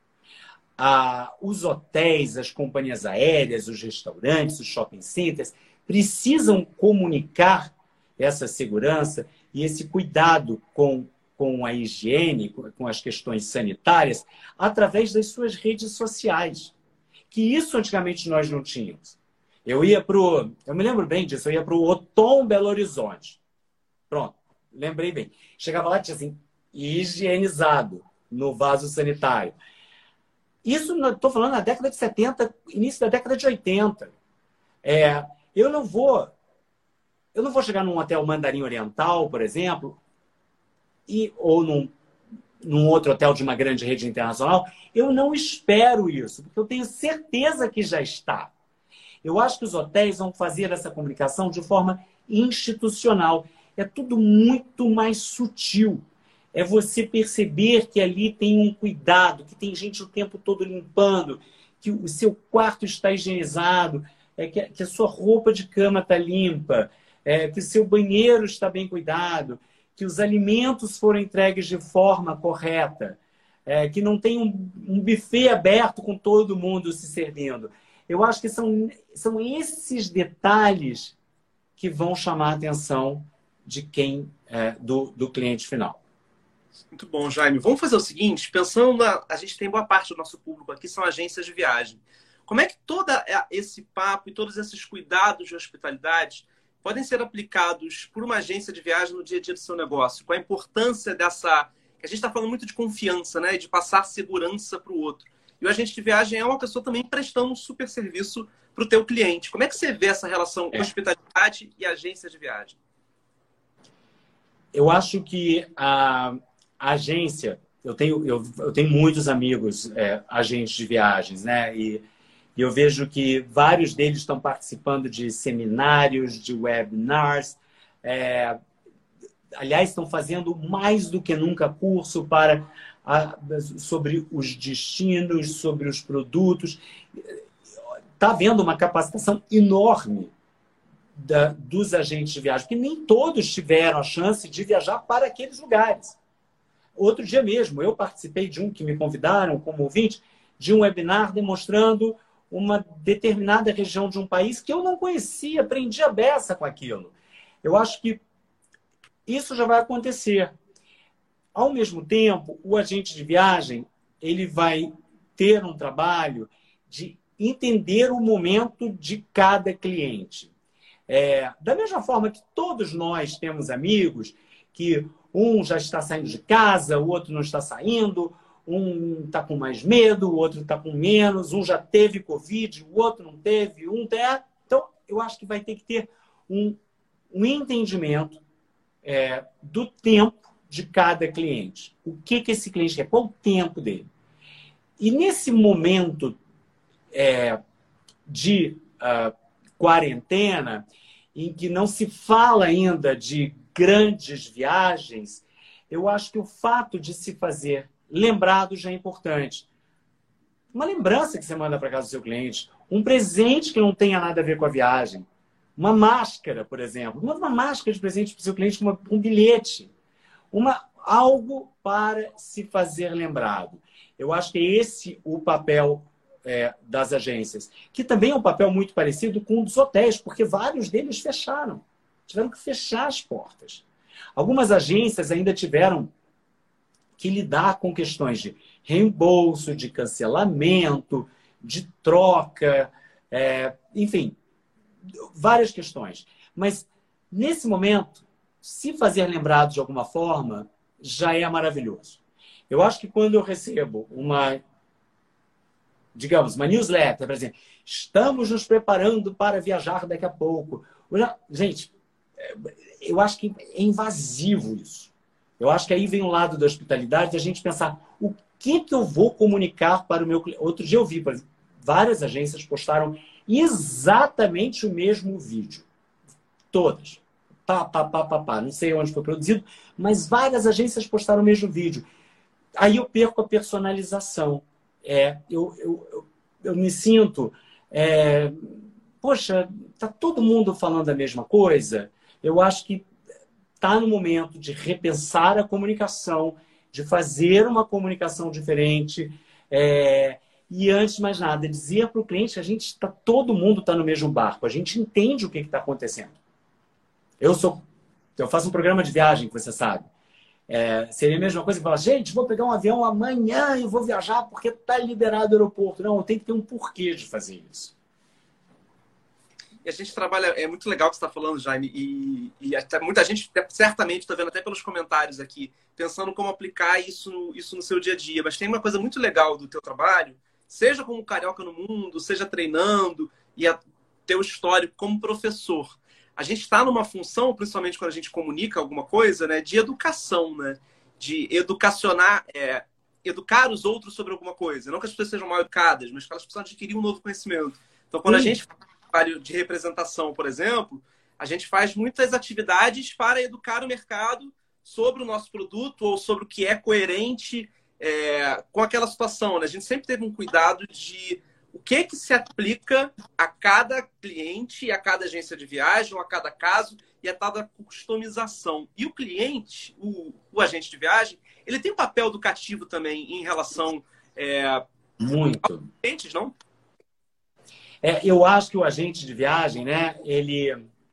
Ah, os hotéis, as companhias aéreas, os restaurantes, os shopping centers precisam comunicar essa segurança e esse cuidado com, com a higiene, com as questões sanitárias, através das suas redes sociais. Que isso antigamente nós não tínhamos. Eu ia para o... Eu me lembro bem disso, eu ia para o Otom Belo Horizonte. Pronto, lembrei bem. Chegava lá e tinha assim, higienizado no vaso sanitário. Isso, estou falando na década de setenta, início da década de oitenta. É, eu não vou... Eu não vou chegar num hotel Mandarim Oriental, por exemplo, e, ou num, num outro hotel de uma grande rede internacional. Eu não espero isso, porque eu tenho certeza que já está. Eu acho que os hotéis vão fazer essa comunicação de forma institucional. É tudo muito mais sutil. É você perceber que ali tem um cuidado, que tem gente o tempo todo limpando, que o seu quarto está higienizado, é, que, que a sua roupa de cama está limpa, é, que o seu banheiro está bem cuidado, que os alimentos foram entregues de forma correta, é, que não tem um, um buffet aberto com todo mundo se servindo. Eu acho que são, são esses detalhes que vão chamar a atenção de quem é, do, do cliente final. Muito bom, Jaime. Vamos fazer o seguinte, pensando na... A gente tem boa parte do nosso público aqui, são agências de viagem. Como é que todo esse papo e todos esses cuidados de hospitalidade podem ser aplicados por uma agência de viagem no dia a dia do seu negócio? Qual a importância dessa... A gente está falando muito de confiança, né? De passar segurança para o outro. E o agente de viagem é uma pessoa também prestando um super serviço para o teu cliente. Como é que você vê essa relação é. hospitalidade e agência de viagem? Eu acho que a, a agência... Eu tenho, eu, eu tenho muitos amigos é, agentes de viagens, né? E, e eu vejo que vários deles estão participando de seminários, de webinars, é, aliás, estão fazendo mais do que nunca curso para a, sobre os destinos, sobre os produtos. Está havendo uma capacitação enorme da, dos agentes de viagem, porque nem todos tiveram a chance de viajar para aqueles lugares. Outro dia mesmo, eu participei de um que me convidaram como ouvinte, de um webinar demonstrando uma determinada região de um país que eu não conhecia, aprendi a beça com aquilo. Eu acho que isso já vai acontecer. Ao mesmo tempo, o agente de viagem ele vai ter um trabalho de entender o momento de cada cliente. É, da mesma forma que todos nós temos amigos que um já está saindo de casa, o outro não está saindo, um está com mais medo, o outro está com menos, um já teve Covid, o outro não teve, um tem... Então, eu acho que vai ter que ter um, um entendimento é, do tempo de cada cliente. O que, que esse cliente quer? Qual o tempo dele? E nesse momento é, de uh, quarentena, em que não se fala ainda de grandes viagens, eu acho que o fato de se fazer lembrado já é importante. Uma lembrança que você manda para casa do seu cliente, um presente que não tenha nada a ver com a viagem, uma máscara, por exemplo. Manda uma máscara de presente para o seu cliente, uma, um bilhete, uma, algo para se fazer lembrado. Eu acho que é esse o papel é, das agências, que também é um papel muito parecido com o dos hotéis, porque vários deles fecharam. Tiveram que fechar as portas. Algumas agências ainda tiveram que lidar com questões de reembolso, de cancelamento, de troca, é, enfim, várias questões. Mas, nesse momento, se fazer lembrado de alguma forma, já é maravilhoso. Eu acho que quando eu recebo uma, digamos, uma newsletter, por exemplo, estamos nos preparando para viajar daqui a pouco. Gente, eu acho que é invasivo isso. Eu acho que aí vem o lado da hospitalidade, da gente pensar o que, que eu vou comunicar para o meu cliente. Outro dia eu vi, por exemplo, várias agências postaram exatamente o mesmo vídeo. Todas. Pá, pá, pá, pá, pá. Não sei onde foi produzido, mas várias agências postaram o mesmo vídeo. Aí eu perco a personalização. É, eu, eu, eu, eu me sinto... É, poxa, tá todo mundo falando a mesma coisa? Eu acho que está no momento de repensar a comunicação, de fazer uma comunicação diferente. É, e, antes de mais nada, dizer para o cliente que a gente está, todo mundo está no mesmo barco. A gente entende o que está acontecendo. Eu sou, eu faço um programa de viagem, que você sabe. É, seria a mesma coisa que falar, gente, vou pegar um avião amanhã e vou viajar porque está liberado o aeroporto. Não, eu tenho que ter um porquê de fazer isso. E a gente trabalha, é muito legal o que você está falando, Jaime, e, e até muita gente, certamente, está vendo até pelos comentários aqui, pensando como aplicar isso no, isso no seu dia a dia. Mas tem uma coisa muito legal do teu trabalho, seja como carioca no mundo, seja treinando, e a, teu histórico como professor. A gente está numa função, principalmente quando a gente comunica alguma coisa, né, de educação, né, de educacionar, é, educar os outros sobre alguma coisa. Não que as pessoas sejam mal educadas, mas que elas precisam adquirir um novo conhecimento. Então, quando Sim. a gente trabalho de representação, por exemplo, a gente faz muitas atividades para educar o mercado sobre o nosso produto ou sobre o que é coerente é, com aquela situação. Né? A gente sempre teve um cuidado de o que, que se aplica a cada cliente, a cada agência de viagem, ou a cada caso e a cada customização. E o cliente, o, o agente de viagem, ele tem um papel educativo também em relação é, Muito. aos clientes, não? É, eu acho que o agente de viagem, né, ele...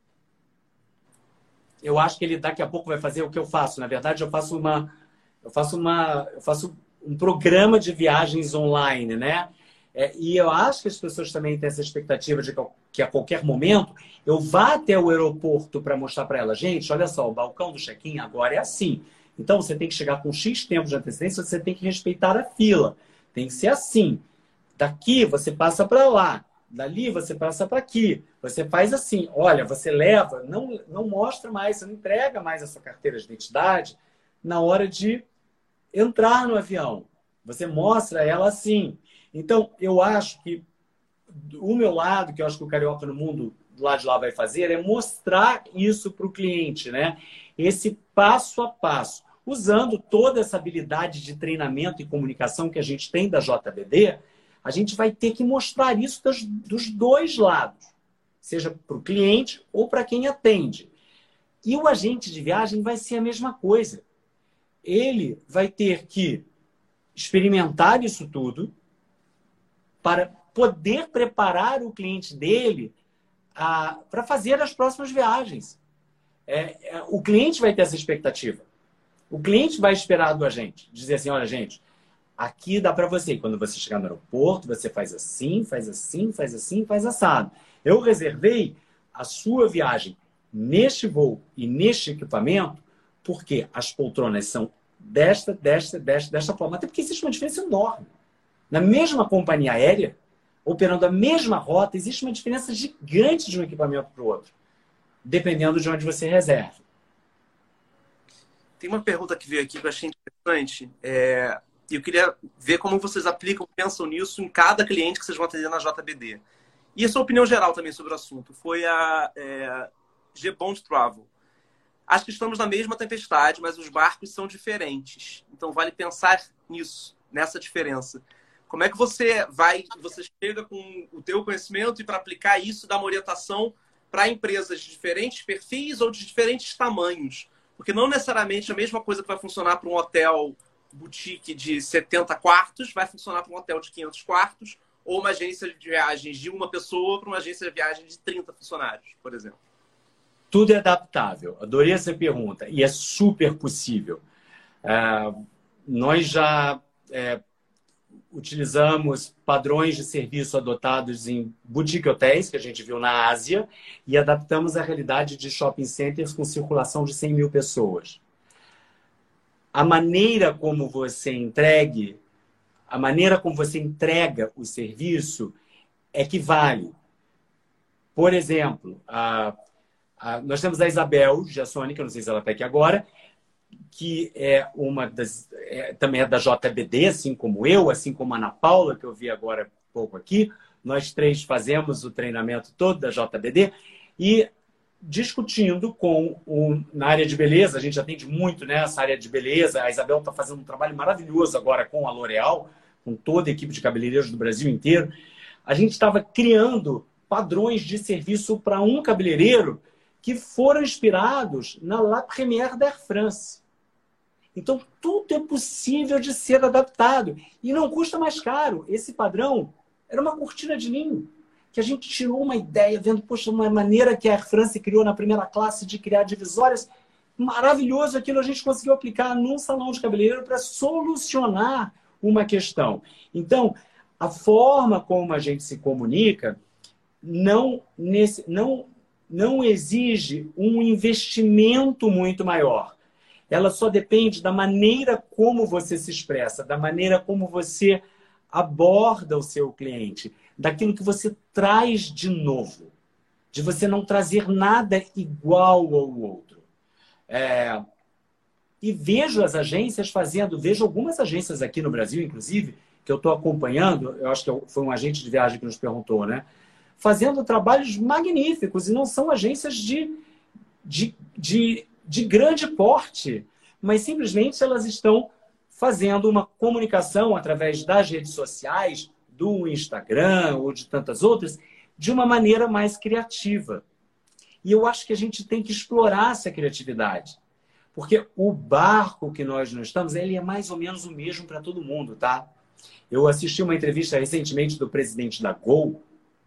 Eu acho que ele daqui a pouco vai fazer o que eu faço. Na verdade, eu faço uma... Eu faço uma... Eu faço um programa de viagens online, né? É, e eu acho que as pessoas também têm essa expectativa de que a qualquer momento eu vá até o aeroporto para mostrar para ela, gente, olha só, o balcão do check-in agora é assim. Então, você tem que chegar com X tempo de antecedência, você tem que respeitar a fila. Tem que ser assim. Daqui, você passa para lá. Dali você passa para aqui. Você faz assim. Olha, você leva, não, não mostra mais, você não entrega mais a sua carteira de identidade na hora de entrar no avião. Você mostra ela assim. Então, eu acho que o meu lado, que eu acho que o Carioca no Mundo do lado de lá vai fazer é mostrar isso para o cliente, né? Esse passo a passo, usando toda essa habilidade de treinamento e comunicação que a gente tem da J B D, a gente vai ter que mostrar isso dos, dos dois lados, seja para o cliente ou para quem atende. E o agente de viagem vai ser a mesma coisa. Ele vai ter que experimentar isso tudo para poder preparar o cliente dele a, para fazer as próximas viagens. É, é, o cliente vai ter essa expectativa. O cliente vai esperar do agente. Dizer assim, olha, gente, aqui dá para você. Quando você chegar no aeroporto, você faz assim, faz assim, faz assim, faz assado. Eu reservei a sua viagem neste voo e neste equipamento porque as poltronas são desta, desta, desta, desta forma. Até porque existe uma diferença enorme. Na mesma companhia aérea, operando a mesma rota, existe uma diferença gigante de um equipamento para o outro, dependendo de onde você reserva. Tem uma pergunta que veio aqui que eu achei interessante. É, eu queria ver como vocês aplicam, pensam nisso em cada cliente que vocês vão atender na J B D. E a sua opinião geral também sobre o assunto. Foi a é, G-Bond Travel. Acho que estamos na mesma tempestade, mas os barcos são diferentes. Então vale pensar nisso, nessa diferença. Como é que você vai, você chega com o teu conhecimento e para aplicar isso dá uma orientação para empresas de diferentes perfis ou de diferentes tamanhos? Porque não necessariamente a mesma coisa que vai funcionar para um hotel boutique de setenta quartos vai funcionar para um hotel de quinhentos quartos ou uma agência de viagens de uma pessoa para uma agência de viagens de trinta funcionários, por exemplo. Tudo é adaptável. Adorei essa pergunta. E é super possível. É, nós já é, utilizamos padrões de serviço adotados em boutique hotéis, que a gente viu na Ásia, e adaptamos a realidade de shopping centers com circulação de cem mil pessoas. A maneira como você entregue, a maneira como você entrega o serviço é que vale. Por exemplo, a Ah, nós temos a Isabel Giassoni, que eu não sei se ela está aqui agora, que é uma das, é, também é da J B D, assim como eu, assim como a Ana Paula, que eu vi agora há pouco aqui. Nós três fazemos o treinamento todo da J B D e discutindo com o, na área de beleza, a gente atende muito nessa área de beleza. A Isabel está fazendo um trabalho maravilhoso agora com a L'Oréal, com toda a equipe de cabeleireiros do Brasil inteiro. A gente estava criando padrões de serviço para um cabeleireiro que foram inspirados na La Première d'Air France. Então, tudo é possível de ser adaptado. E não custa mais caro. Esse padrão era uma cortina de linho, que a gente tirou uma ideia, vendo, poxa, uma maneira que a Air France criou na primeira classe de criar divisórias. Maravilhoso aquilo, a gente conseguiu aplicar num salão de cabeleireiro para solucionar uma questão. Então, a forma como a gente se comunica não... Nesse, não não exige um investimento muito maior. Ela só depende da maneira como você se expressa, da maneira como você aborda o seu cliente, daquilo que você traz de novo, de você não trazer nada igual ao outro. É... E vejo as agências fazendo, vejo algumas agências aqui no Brasil, inclusive, que eu estou acompanhando, eu acho que foi um agente de viagem que nos perguntou, né? Fazendo trabalhos magníficos, e não são agências de, de, de, de grande porte, mas simplesmente elas estão fazendo uma comunicação através das redes sociais, do Instagram ou de tantas outras, de uma maneira mais criativa. E eu acho que a gente tem que explorar essa criatividade, porque o barco que nós não estamos, ele é mais ou menos o mesmo para todo mundo, tá? Eu assisti uma entrevista recentemente do presidente da Gol,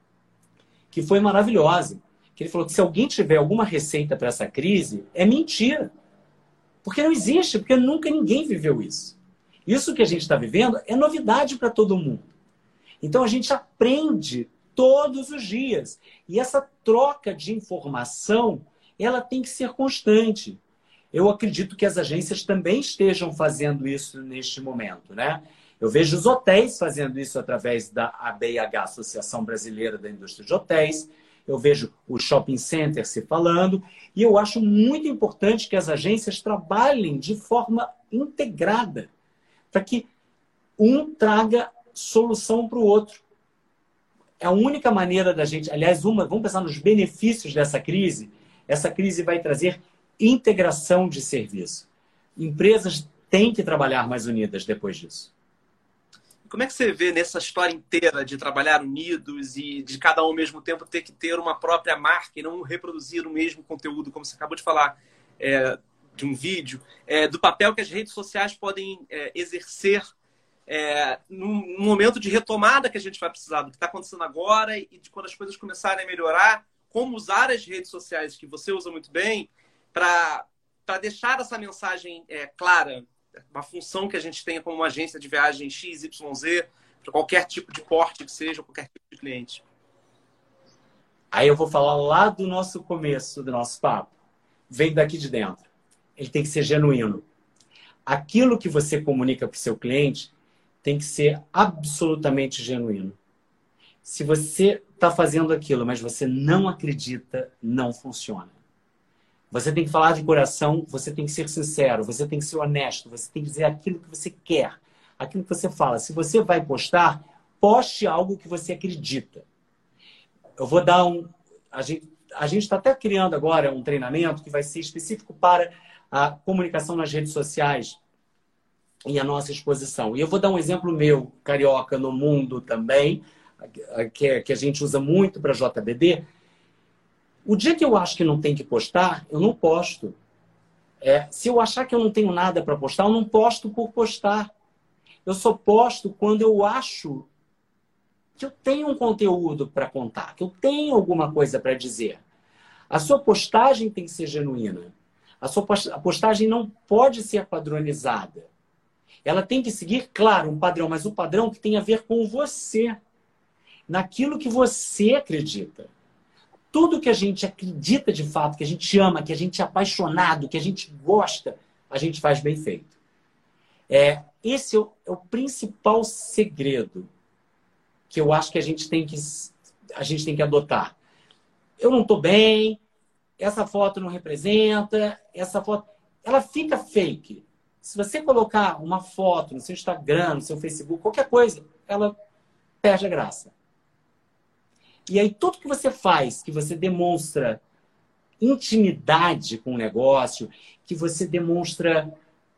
que foi maravilhosa. Que ele falou que se alguém tiver alguma receita para essa crise, é mentira. Porque não existe, porque nunca ninguém viveu isso. Isso que a gente está vivendo é novidade para todo mundo. Então a gente aprende todos os dias. E essa troca de informação, ela tem que ser constante. Eu acredito que as agências também estejam fazendo isso neste momento, né? Eu vejo os hotéis fazendo isso através da A B I H, Associação Brasileira da Indústria de Hotéis. Eu vejo o shopping center se falando. E eu acho muito importante que as agências trabalhem de forma integrada, para que um traga solução para o outro. é a única maneira da gente... Aliás, uma, vamos pensar nos benefícios dessa crise. Essa crise vai trazer integração de serviço. Empresas têm que trabalhar mais unidas depois disso. Como é que você vê nessa história inteira de trabalhar unidos e de cada um ao mesmo tempo ter que ter uma própria marca e não reproduzir o mesmo conteúdo, como você acabou de falar, é, de um vídeo, é, do papel que as redes sociais podem é, exercer é, num, num momento de retomada que a gente vai precisar, do que está acontecendo agora e de quando as coisas começarem a melhorar, como usar as redes sociais, que você usa muito bem, para para deixar essa mensagem é, clara, uma função que a gente tenha como uma agência de viagem X Y Z, para qualquer tipo de porte que seja, qualquer tipo de cliente. Aí eu vou falar lá do nosso começo, do nosso papo. Vem daqui de dentro. Ele tem que ser genuíno. Aquilo que você comunica para o seu cliente tem que ser absolutamente genuíno. Se você está fazendo aquilo, mas você não acredita, não funciona. Você tem que falar de coração, você tem que ser sincero, você tem que ser honesto, você tem que dizer aquilo que você quer, aquilo que você fala. Se você vai postar, poste algo que você acredita. Eu vou dar um... A gente a gente está até criando agora um treinamento que vai ser específico para a comunicação nas redes sociais e a nossa exposição. E eu vou dar um exemplo meu, carioca no mundo também, que, que a gente usa muito para J B D. O dia que eu acho que não tem que postar, eu não posto. É, se eu achar que eu não tenho nada para postar, eu não posto por postar. Eu só posto quando eu acho que eu tenho um conteúdo para contar, que eu tenho alguma coisa para dizer. A sua postagem tem que ser genuína. A sua postagem não pode ser padronizada. Ela tem que seguir, claro, um padrão, mas um padrão que tem a ver com você, naquilo que você acredita. Tudo que a gente acredita de fato, que a gente ama, que a gente é apaixonado, que a gente gosta, a gente faz bem feito. É, esse é o, é o principal segredo que eu acho que a gente tem que, a gente tem que adotar. Eu não estou bem, essa foto não representa, essa foto... Ela fica fake. Se você colocar uma foto no seu Instagram, no seu Facebook, qualquer coisa, ela perde a graça. E aí, tudo que você faz, que você demonstra intimidade com o negócio, que você demonstra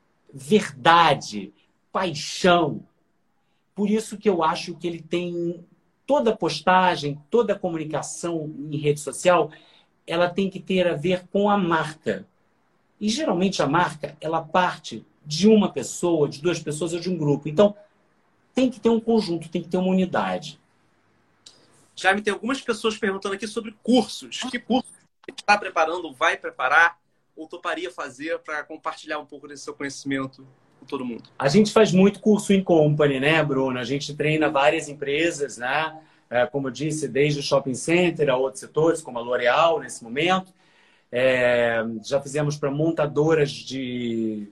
verdade, paixão. Por isso que eu acho que ele tem toda postagem, toda comunicação em rede social, ela tem que ter a ver com a marca. E, geralmente, a marca, ela parte de uma pessoa, de duas pessoas ou de um grupo. Então, tem que ter um conjunto, tem que ter uma unidade. Jaime, tem algumas pessoas perguntando aqui sobre cursos. Que curso você está preparando, vai preparar ou toparia fazer para compartilhar um pouco desse seu conhecimento com todo mundo? A gente faz muito curso em company, né, Bruno? A gente treina várias empresas, né? É, como eu disse, desde o shopping center a outros setores, como a L'Oréal, nesse momento. É, já fizemos para montadoras de,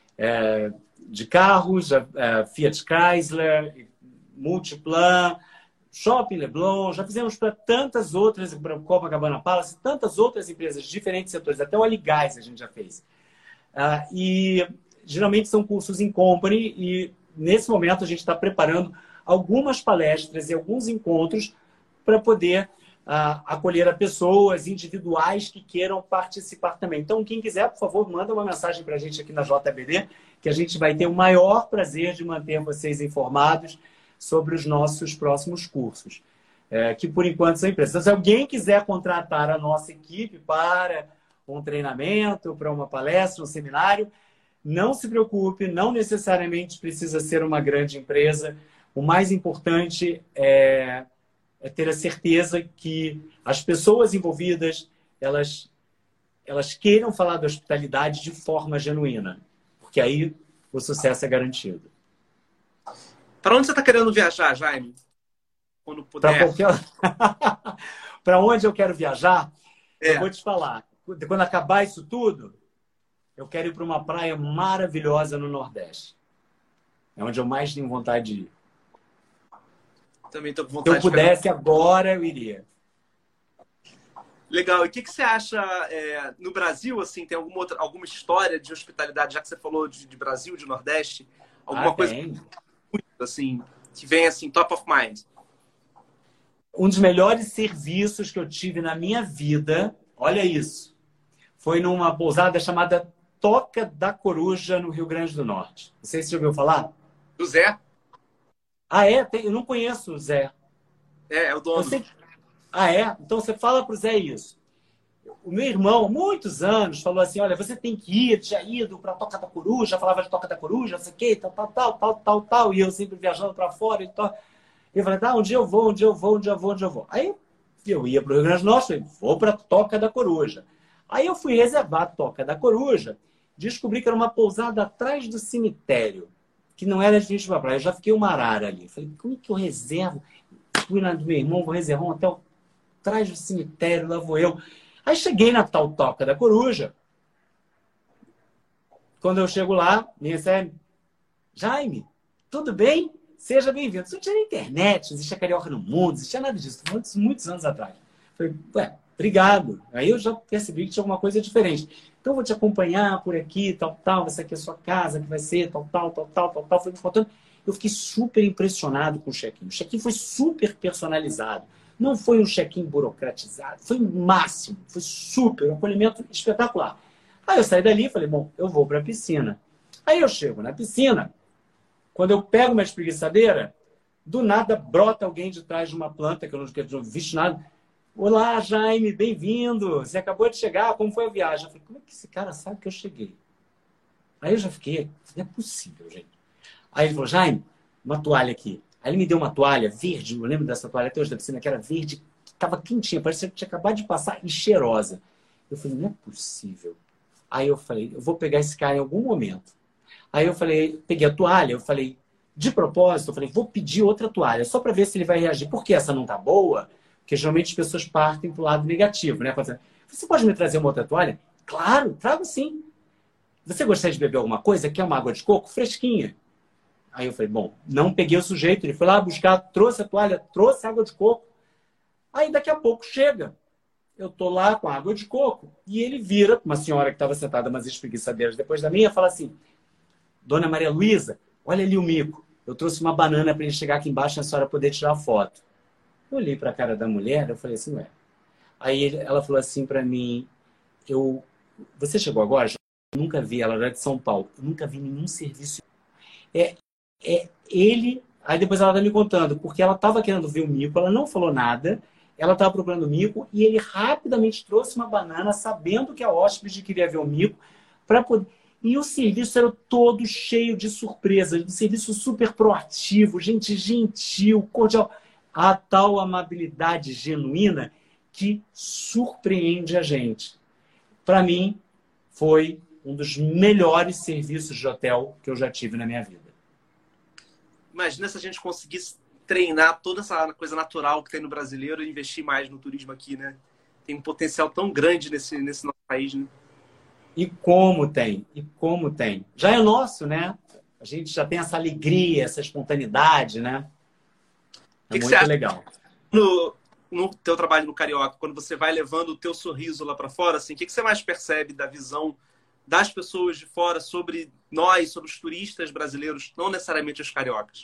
é, de carros, já, é, Fiat Chrysler, Multiplan, Shopping Leblon, já fizemos para tantas outras, para Copacabana Palace, tantas outras empresas de diferentes setores, até o Aligás a gente já fez. Uh, e geralmente são cursos em company e nesse momento a gente está preparando algumas palestras e alguns encontros para poder uh, acolher a pessoas individuais que queiram participar também. Então, quem quiser, por favor, manda uma mensagem para a gente aqui na J B D, que a gente vai ter o maior prazer de manter vocês informados sobre os nossos próximos cursos, é, que por enquanto são empresas. Então, se alguém quiser contratar a nossa equipe para um treinamento, para uma palestra, um seminário, não se preocupe, não necessariamente precisa ser uma grande empresa. O mais importante é, é ter a certeza que as pessoas envolvidas, elas, elas queiram falar da hospitalidade de forma genuína, porque aí o sucesso é garantido. Para onde você está querendo viajar, Jaime? Quando puder. Para qualquer... Para onde eu quero viajar? É. Eu vou te falar. Quando acabar isso tudo, eu quero ir para uma praia maravilhosa no Nordeste. É onde eu mais tenho vontade de ir. Também estou com vontade. Se eu pudesse de... agora, eu iria. Legal. E o que, que você acha é, no Brasil? Assim, tem alguma outra, alguma história de hospitalidade, já que você falou de, de Brasil, de Nordeste? Alguma ah, coisa tem. assim, que vem assim, top of mind? um dos melhores serviços que eu tive na minha vida, olha isso, foi numa pousada chamada Toca da Coruja, no Rio Grande do Norte. Não sei se você já ouviu falar. Do Zé? Ah, é? Tem- Eu não conheço o Zé. É, é o Eu dono. sei... Ah, é? Então você fala pro Zé isso. O meu irmão, há muitos anos, falou assim, olha, você tem que ir, já ido para Toca da Coruja, falava de Toca da Coruja, não sei o quê, tal, tal, tal, tal, tal, tal, e eu sempre viajando para fora e tal. E eu falei, tá, um dia eu vou, um dia eu vou, um dia eu vou, um dia eu vou. Aí eu ia para o Rio Grande do Norte, falei, vou para Toca da Coruja. Aí eu fui reservar a Toca da Coruja, descobri que era uma pousada atrás do cemitério, que não era de frente para a praia. Eu já fiquei uma arara ali. Falei, como é que eu reservo? Fui na do meu irmão, vou reservar um hotel atrás do cemitério, lá vou eu. Aí cheguei na tal Toca da Coruja. Quando eu chego lá, me recebe, Jaime, tudo bem? Seja bem-vindo. Isso não tinha na internet, não existia carioca no mundo, não existia nada disso. Muitos, muitos anos atrás. Falei, ué, obrigado. Aí eu já percebi que tinha alguma coisa diferente. Então, eu vou te acompanhar por aqui, tal, tal. Essa aqui é a sua casa, que vai ser, tal, tal, tal, tal, tal, tal. Foi me contando. Eu fiquei super impressionado com o check-in. O check-in foi super personalizado. Não foi um check-in burocratizado. Foi o máximo. Foi super. Um acolhimento espetacular. Aí eu saí dali e falei, bom, eu vou para a piscina. Aí eu chego na piscina. Quando eu pego uma espreguiçadeira, do nada brota alguém de trás de uma planta, que eu não, que eu não vi nada. Olá, Jaime, bem-vindo. Você acabou de chegar, como foi a viagem? Eu falei, como é que esse cara sabe que eu cheguei? Aí eu já fiquei, não é possível, gente. Aí ele falou, Jaime, uma toalha aqui. Aí ele me deu uma toalha verde, eu lembro dessa toalha até hoje da piscina, que era verde, que estava quentinha, parecia que tinha acabado de passar e cheirosa. Eu falei, não é possível. Aí eu falei, eu vou pegar esse cara em algum momento. Aí eu falei, peguei a toalha, eu falei, de propósito, eu falei, vou pedir outra toalha, só para ver se ele vai reagir. Por que essa não tá boa? Porque geralmente as pessoas partem pro lado negativo, né? Você pode me trazer uma outra toalha? Claro, trago sim. Você gostaria de beber alguma coisa? Quer uma água de coco? Fresquinha. Aí eu falei, bom, não peguei o sujeito, ele foi lá buscar, trouxe a toalha, trouxe a água de coco. Aí daqui a pouco chega. Eu tô lá com a água de coco e ele vira, uma senhora que estava sentada umas espreguiçadeiras depois da minha, fala assim, Dona Maria Luísa, olha ali o mico. Eu trouxe uma banana para ele chegar aqui embaixo e a senhora poder tirar a foto. Eu olhei para a cara da mulher, eu falei assim, ué. Aí ele, ela falou assim para mim, eu, você chegou agora? Eu nunca vi, ela era de São Paulo, eu nunca vi nenhum serviço. É, é ele, aí depois ela tá me contando, porque ela estava querendo ver o mico, ela não falou nada, ela estava procurando o mico e ele rapidamente trouxe uma banana, sabendo que a hóspede queria ver o mico, para poder... E o serviço era todo cheio de surpresas, um serviço super proativo, gente gentil, cordial. A tal amabilidade genuína que surpreende a gente. Para mim, foi um dos melhores serviços de hotel que eu já tive na minha vida. Imagina se a gente conseguisse treinar toda essa coisa natural que tem no brasileiro e investir mais no turismo aqui, né? Tem um potencial tão grande nesse, nesse nosso país, né? E como tem, e como tem. Já é nosso, né? A gente já tem essa alegria, essa espontaneidade, né? É que que muito legal. No, no teu trabalho no Carioca, quando você vai levando o teu sorriso lá para fora, assim, o que, que você mais percebe da visão das pessoas de fora sobre nós, sobre os turistas brasileiros, não necessariamente os cariocas?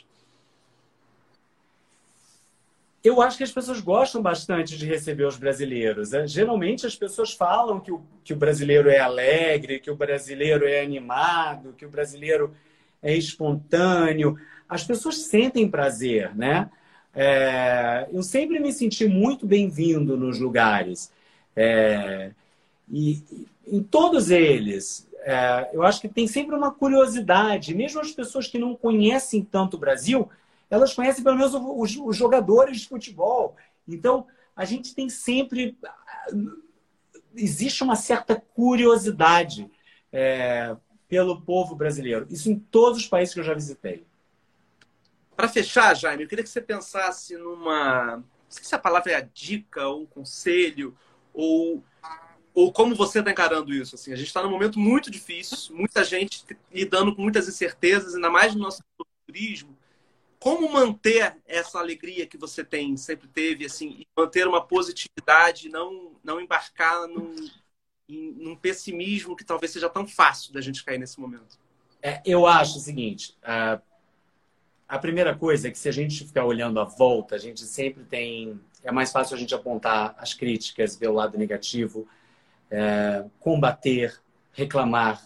Eu acho que as pessoas gostam bastante de receber os brasileiros. Né? Geralmente as pessoas falam que o, que o brasileiro é alegre, que o brasileiro é animado, que o brasileiro é espontâneo. As pessoas sentem prazer, né? É, eu sempre me senti muito bem-vindo nos lugares. É, e, e em todos eles, é, eu acho que tem sempre uma curiosidade. Mesmo as pessoas que não conhecem tanto o Brasil, elas conhecem pelo menos os, os jogadores de futebol. Então, a gente tem sempre... Existe uma certa curiosidade é, pelo povo brasileiro. Isso em todos os países que eu já visitei. Para fechar, Jaime, eu queria que você pensasse numa... Não sei se a palavra é a dica, ou um conselho, ou, ou como você está encarando isso. Assim, a gente está num momento muito difícil, muita gente lidando com muitas incertezas, ainda mais no nosso turismo. Como manter essa alegria que você tem, sempre teve, assim, e manter uma positividade, não, não embarcar num, em, num pessimismo que talvez seja tão fácil da gente cair nesse momento? É, eu acho o seguinte, uh, a primeira coisa é que se a gente ficar olhando à volta, a gente sempre tem... É mais fácil a gente apontar as críticas, ver o lado negativo, é, combater, reclamar,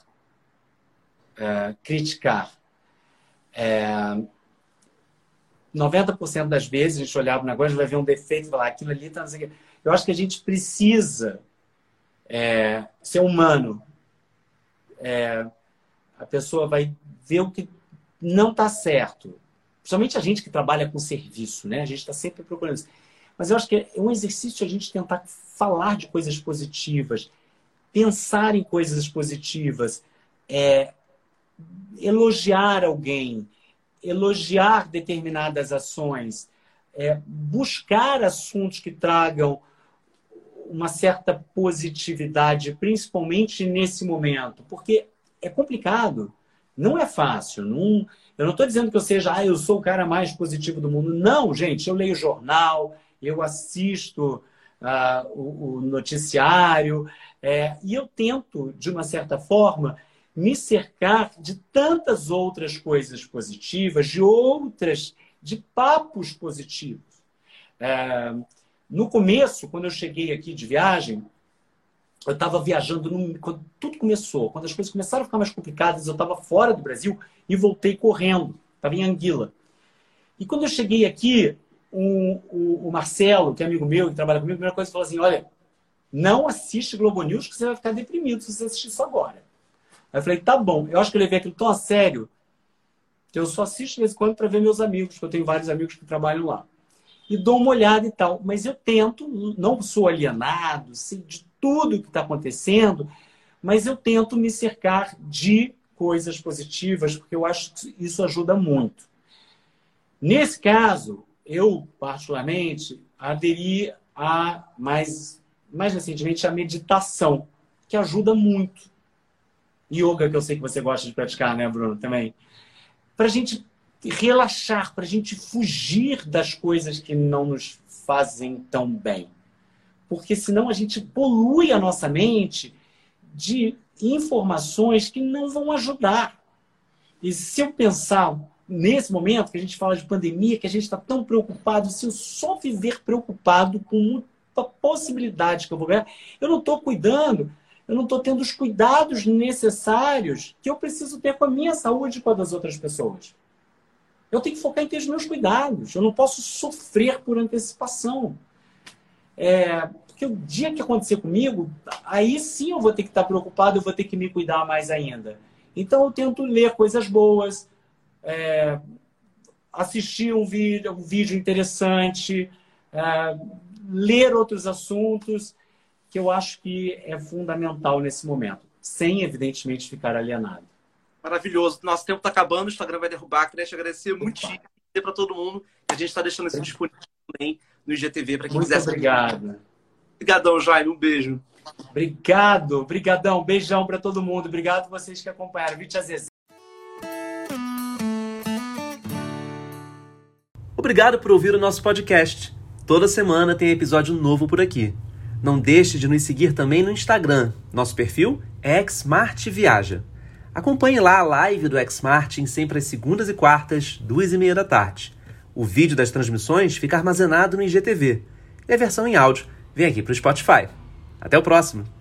é, criticar. É, noventa por cento das vezes a gente olhar para o negócio, vai ver um defeito e falar, aquilo ali está... Eu acho que a gente precisa é, ser humano. É, a pessoa vai ver o que não está certo. Principalmente a gente que trabalha com serviço, né? A gente está sempre procurando isso. Mas eu acho que é um exercício a gente tentar falar de coisas positivas, pensar em coisas positivas, é, elogiar alguém, elogiar determinadas ações, é, buscar assuntos que tragam uma certa positividade, principalmente nesse momento, porque é complicado, não é fácil. Não, eu não estou dizendo que eu seja, ah, eu sou o cara mais positivo do mundo. Não, gente, eu leio jornal, eu assisto uh, o, o noticiário, é, e eu tento, de uma certa forma, me cercar de tantas outras coisas positivas, de outras, de papos positivos. É, no começo, quando eu cheguei aqui de viagem, eu estava viajando, no, quando tudo começou, quando as coisas começaram a ficar mais complicadas, eu estava fora do Brasil e voltei correndo, estava em Anguila. E quando eu cheguei aqui, um, o, o Marcelo, que é amigo meu, que trabalha comigo, a primeira coisa, falou assim, olha, não assiste Globo News que você vai ficar deprimido se você assistir isso agora. Aí eu falei, tá bom. Eu acho que eu levei aquilo tão a sério que eu só assisto de vez em quando para ver meus amigos, porque eu tenho vários amigos que trabalham lá. E dou uma olhada e tal. Mas eu tento, não sou alienado, sei de tudo que está acontecendo, mas eu tento me cercar de coisas positivas, porque eu acho que isso ajuda muito. Nesse caso, eu, particularmente, aderi a, mais, mais recentemente, a meditação, que ajuda muito. Yoga, que eu sei que você gosta de praticar, né, Bruno, também. Para a gente relaxar, para a gente fugir das coisas que não nos fazem tão bem. Porque senão a gente polui a nossa mente de informações que não vão ajudar. E se eu pensar nesse momento que a gente fala de pandemia, que a gente está tão preocupado, se eu só viver preocupado com a possibilidade que eu vou ganhar, eu não estou cuidando, eu não estou tendo os cuidados necessários que eu preciso ter com a minha saúde e com a das outras pessoas. Eu tenho que focar em ter os meus cuidados. Eu não posso sofrer por antecipação. É, porque o dia que acontecer comigo, aí sim eu vou ter que estar preocupado, eu vou ter que me cuidar mais ainda. Então eu tento ler coisas boas, é, assistir um vídeo, um vídeo interessante, é, ler outros assuntos, que eu acho que é fundamental nesse momento, sem, evidentemente, ficar alienado. Maravilhoso. Nosso tempo está acabando, o Instagram vai derrubar. Queria te agradecer muitíssimo para todo mundo. A gente está deixando isso disponível também no I G T V para quem Muito quiser. Obrigado. Obrigadão, Jaime. Um beijo. Obrigado. Obrigadão. Beijão para todo mundo. Obrigado a vocês que acompanharam. Vitor Zezé. Obrigado por ouvir o nosso podcast. Toda semana tem episódio novo por aqui. Não deixe de nos seguir também no Instagram. Nosso perfil é xmartviaja. Acompanhe lá a live do Xmartin sempre às segundas e quartas, duas e meia da tarde. O vídeo das transmissões fica armazenado no I G T V. E a versão em áudio vem aqui para o Spotify. Até o próximo!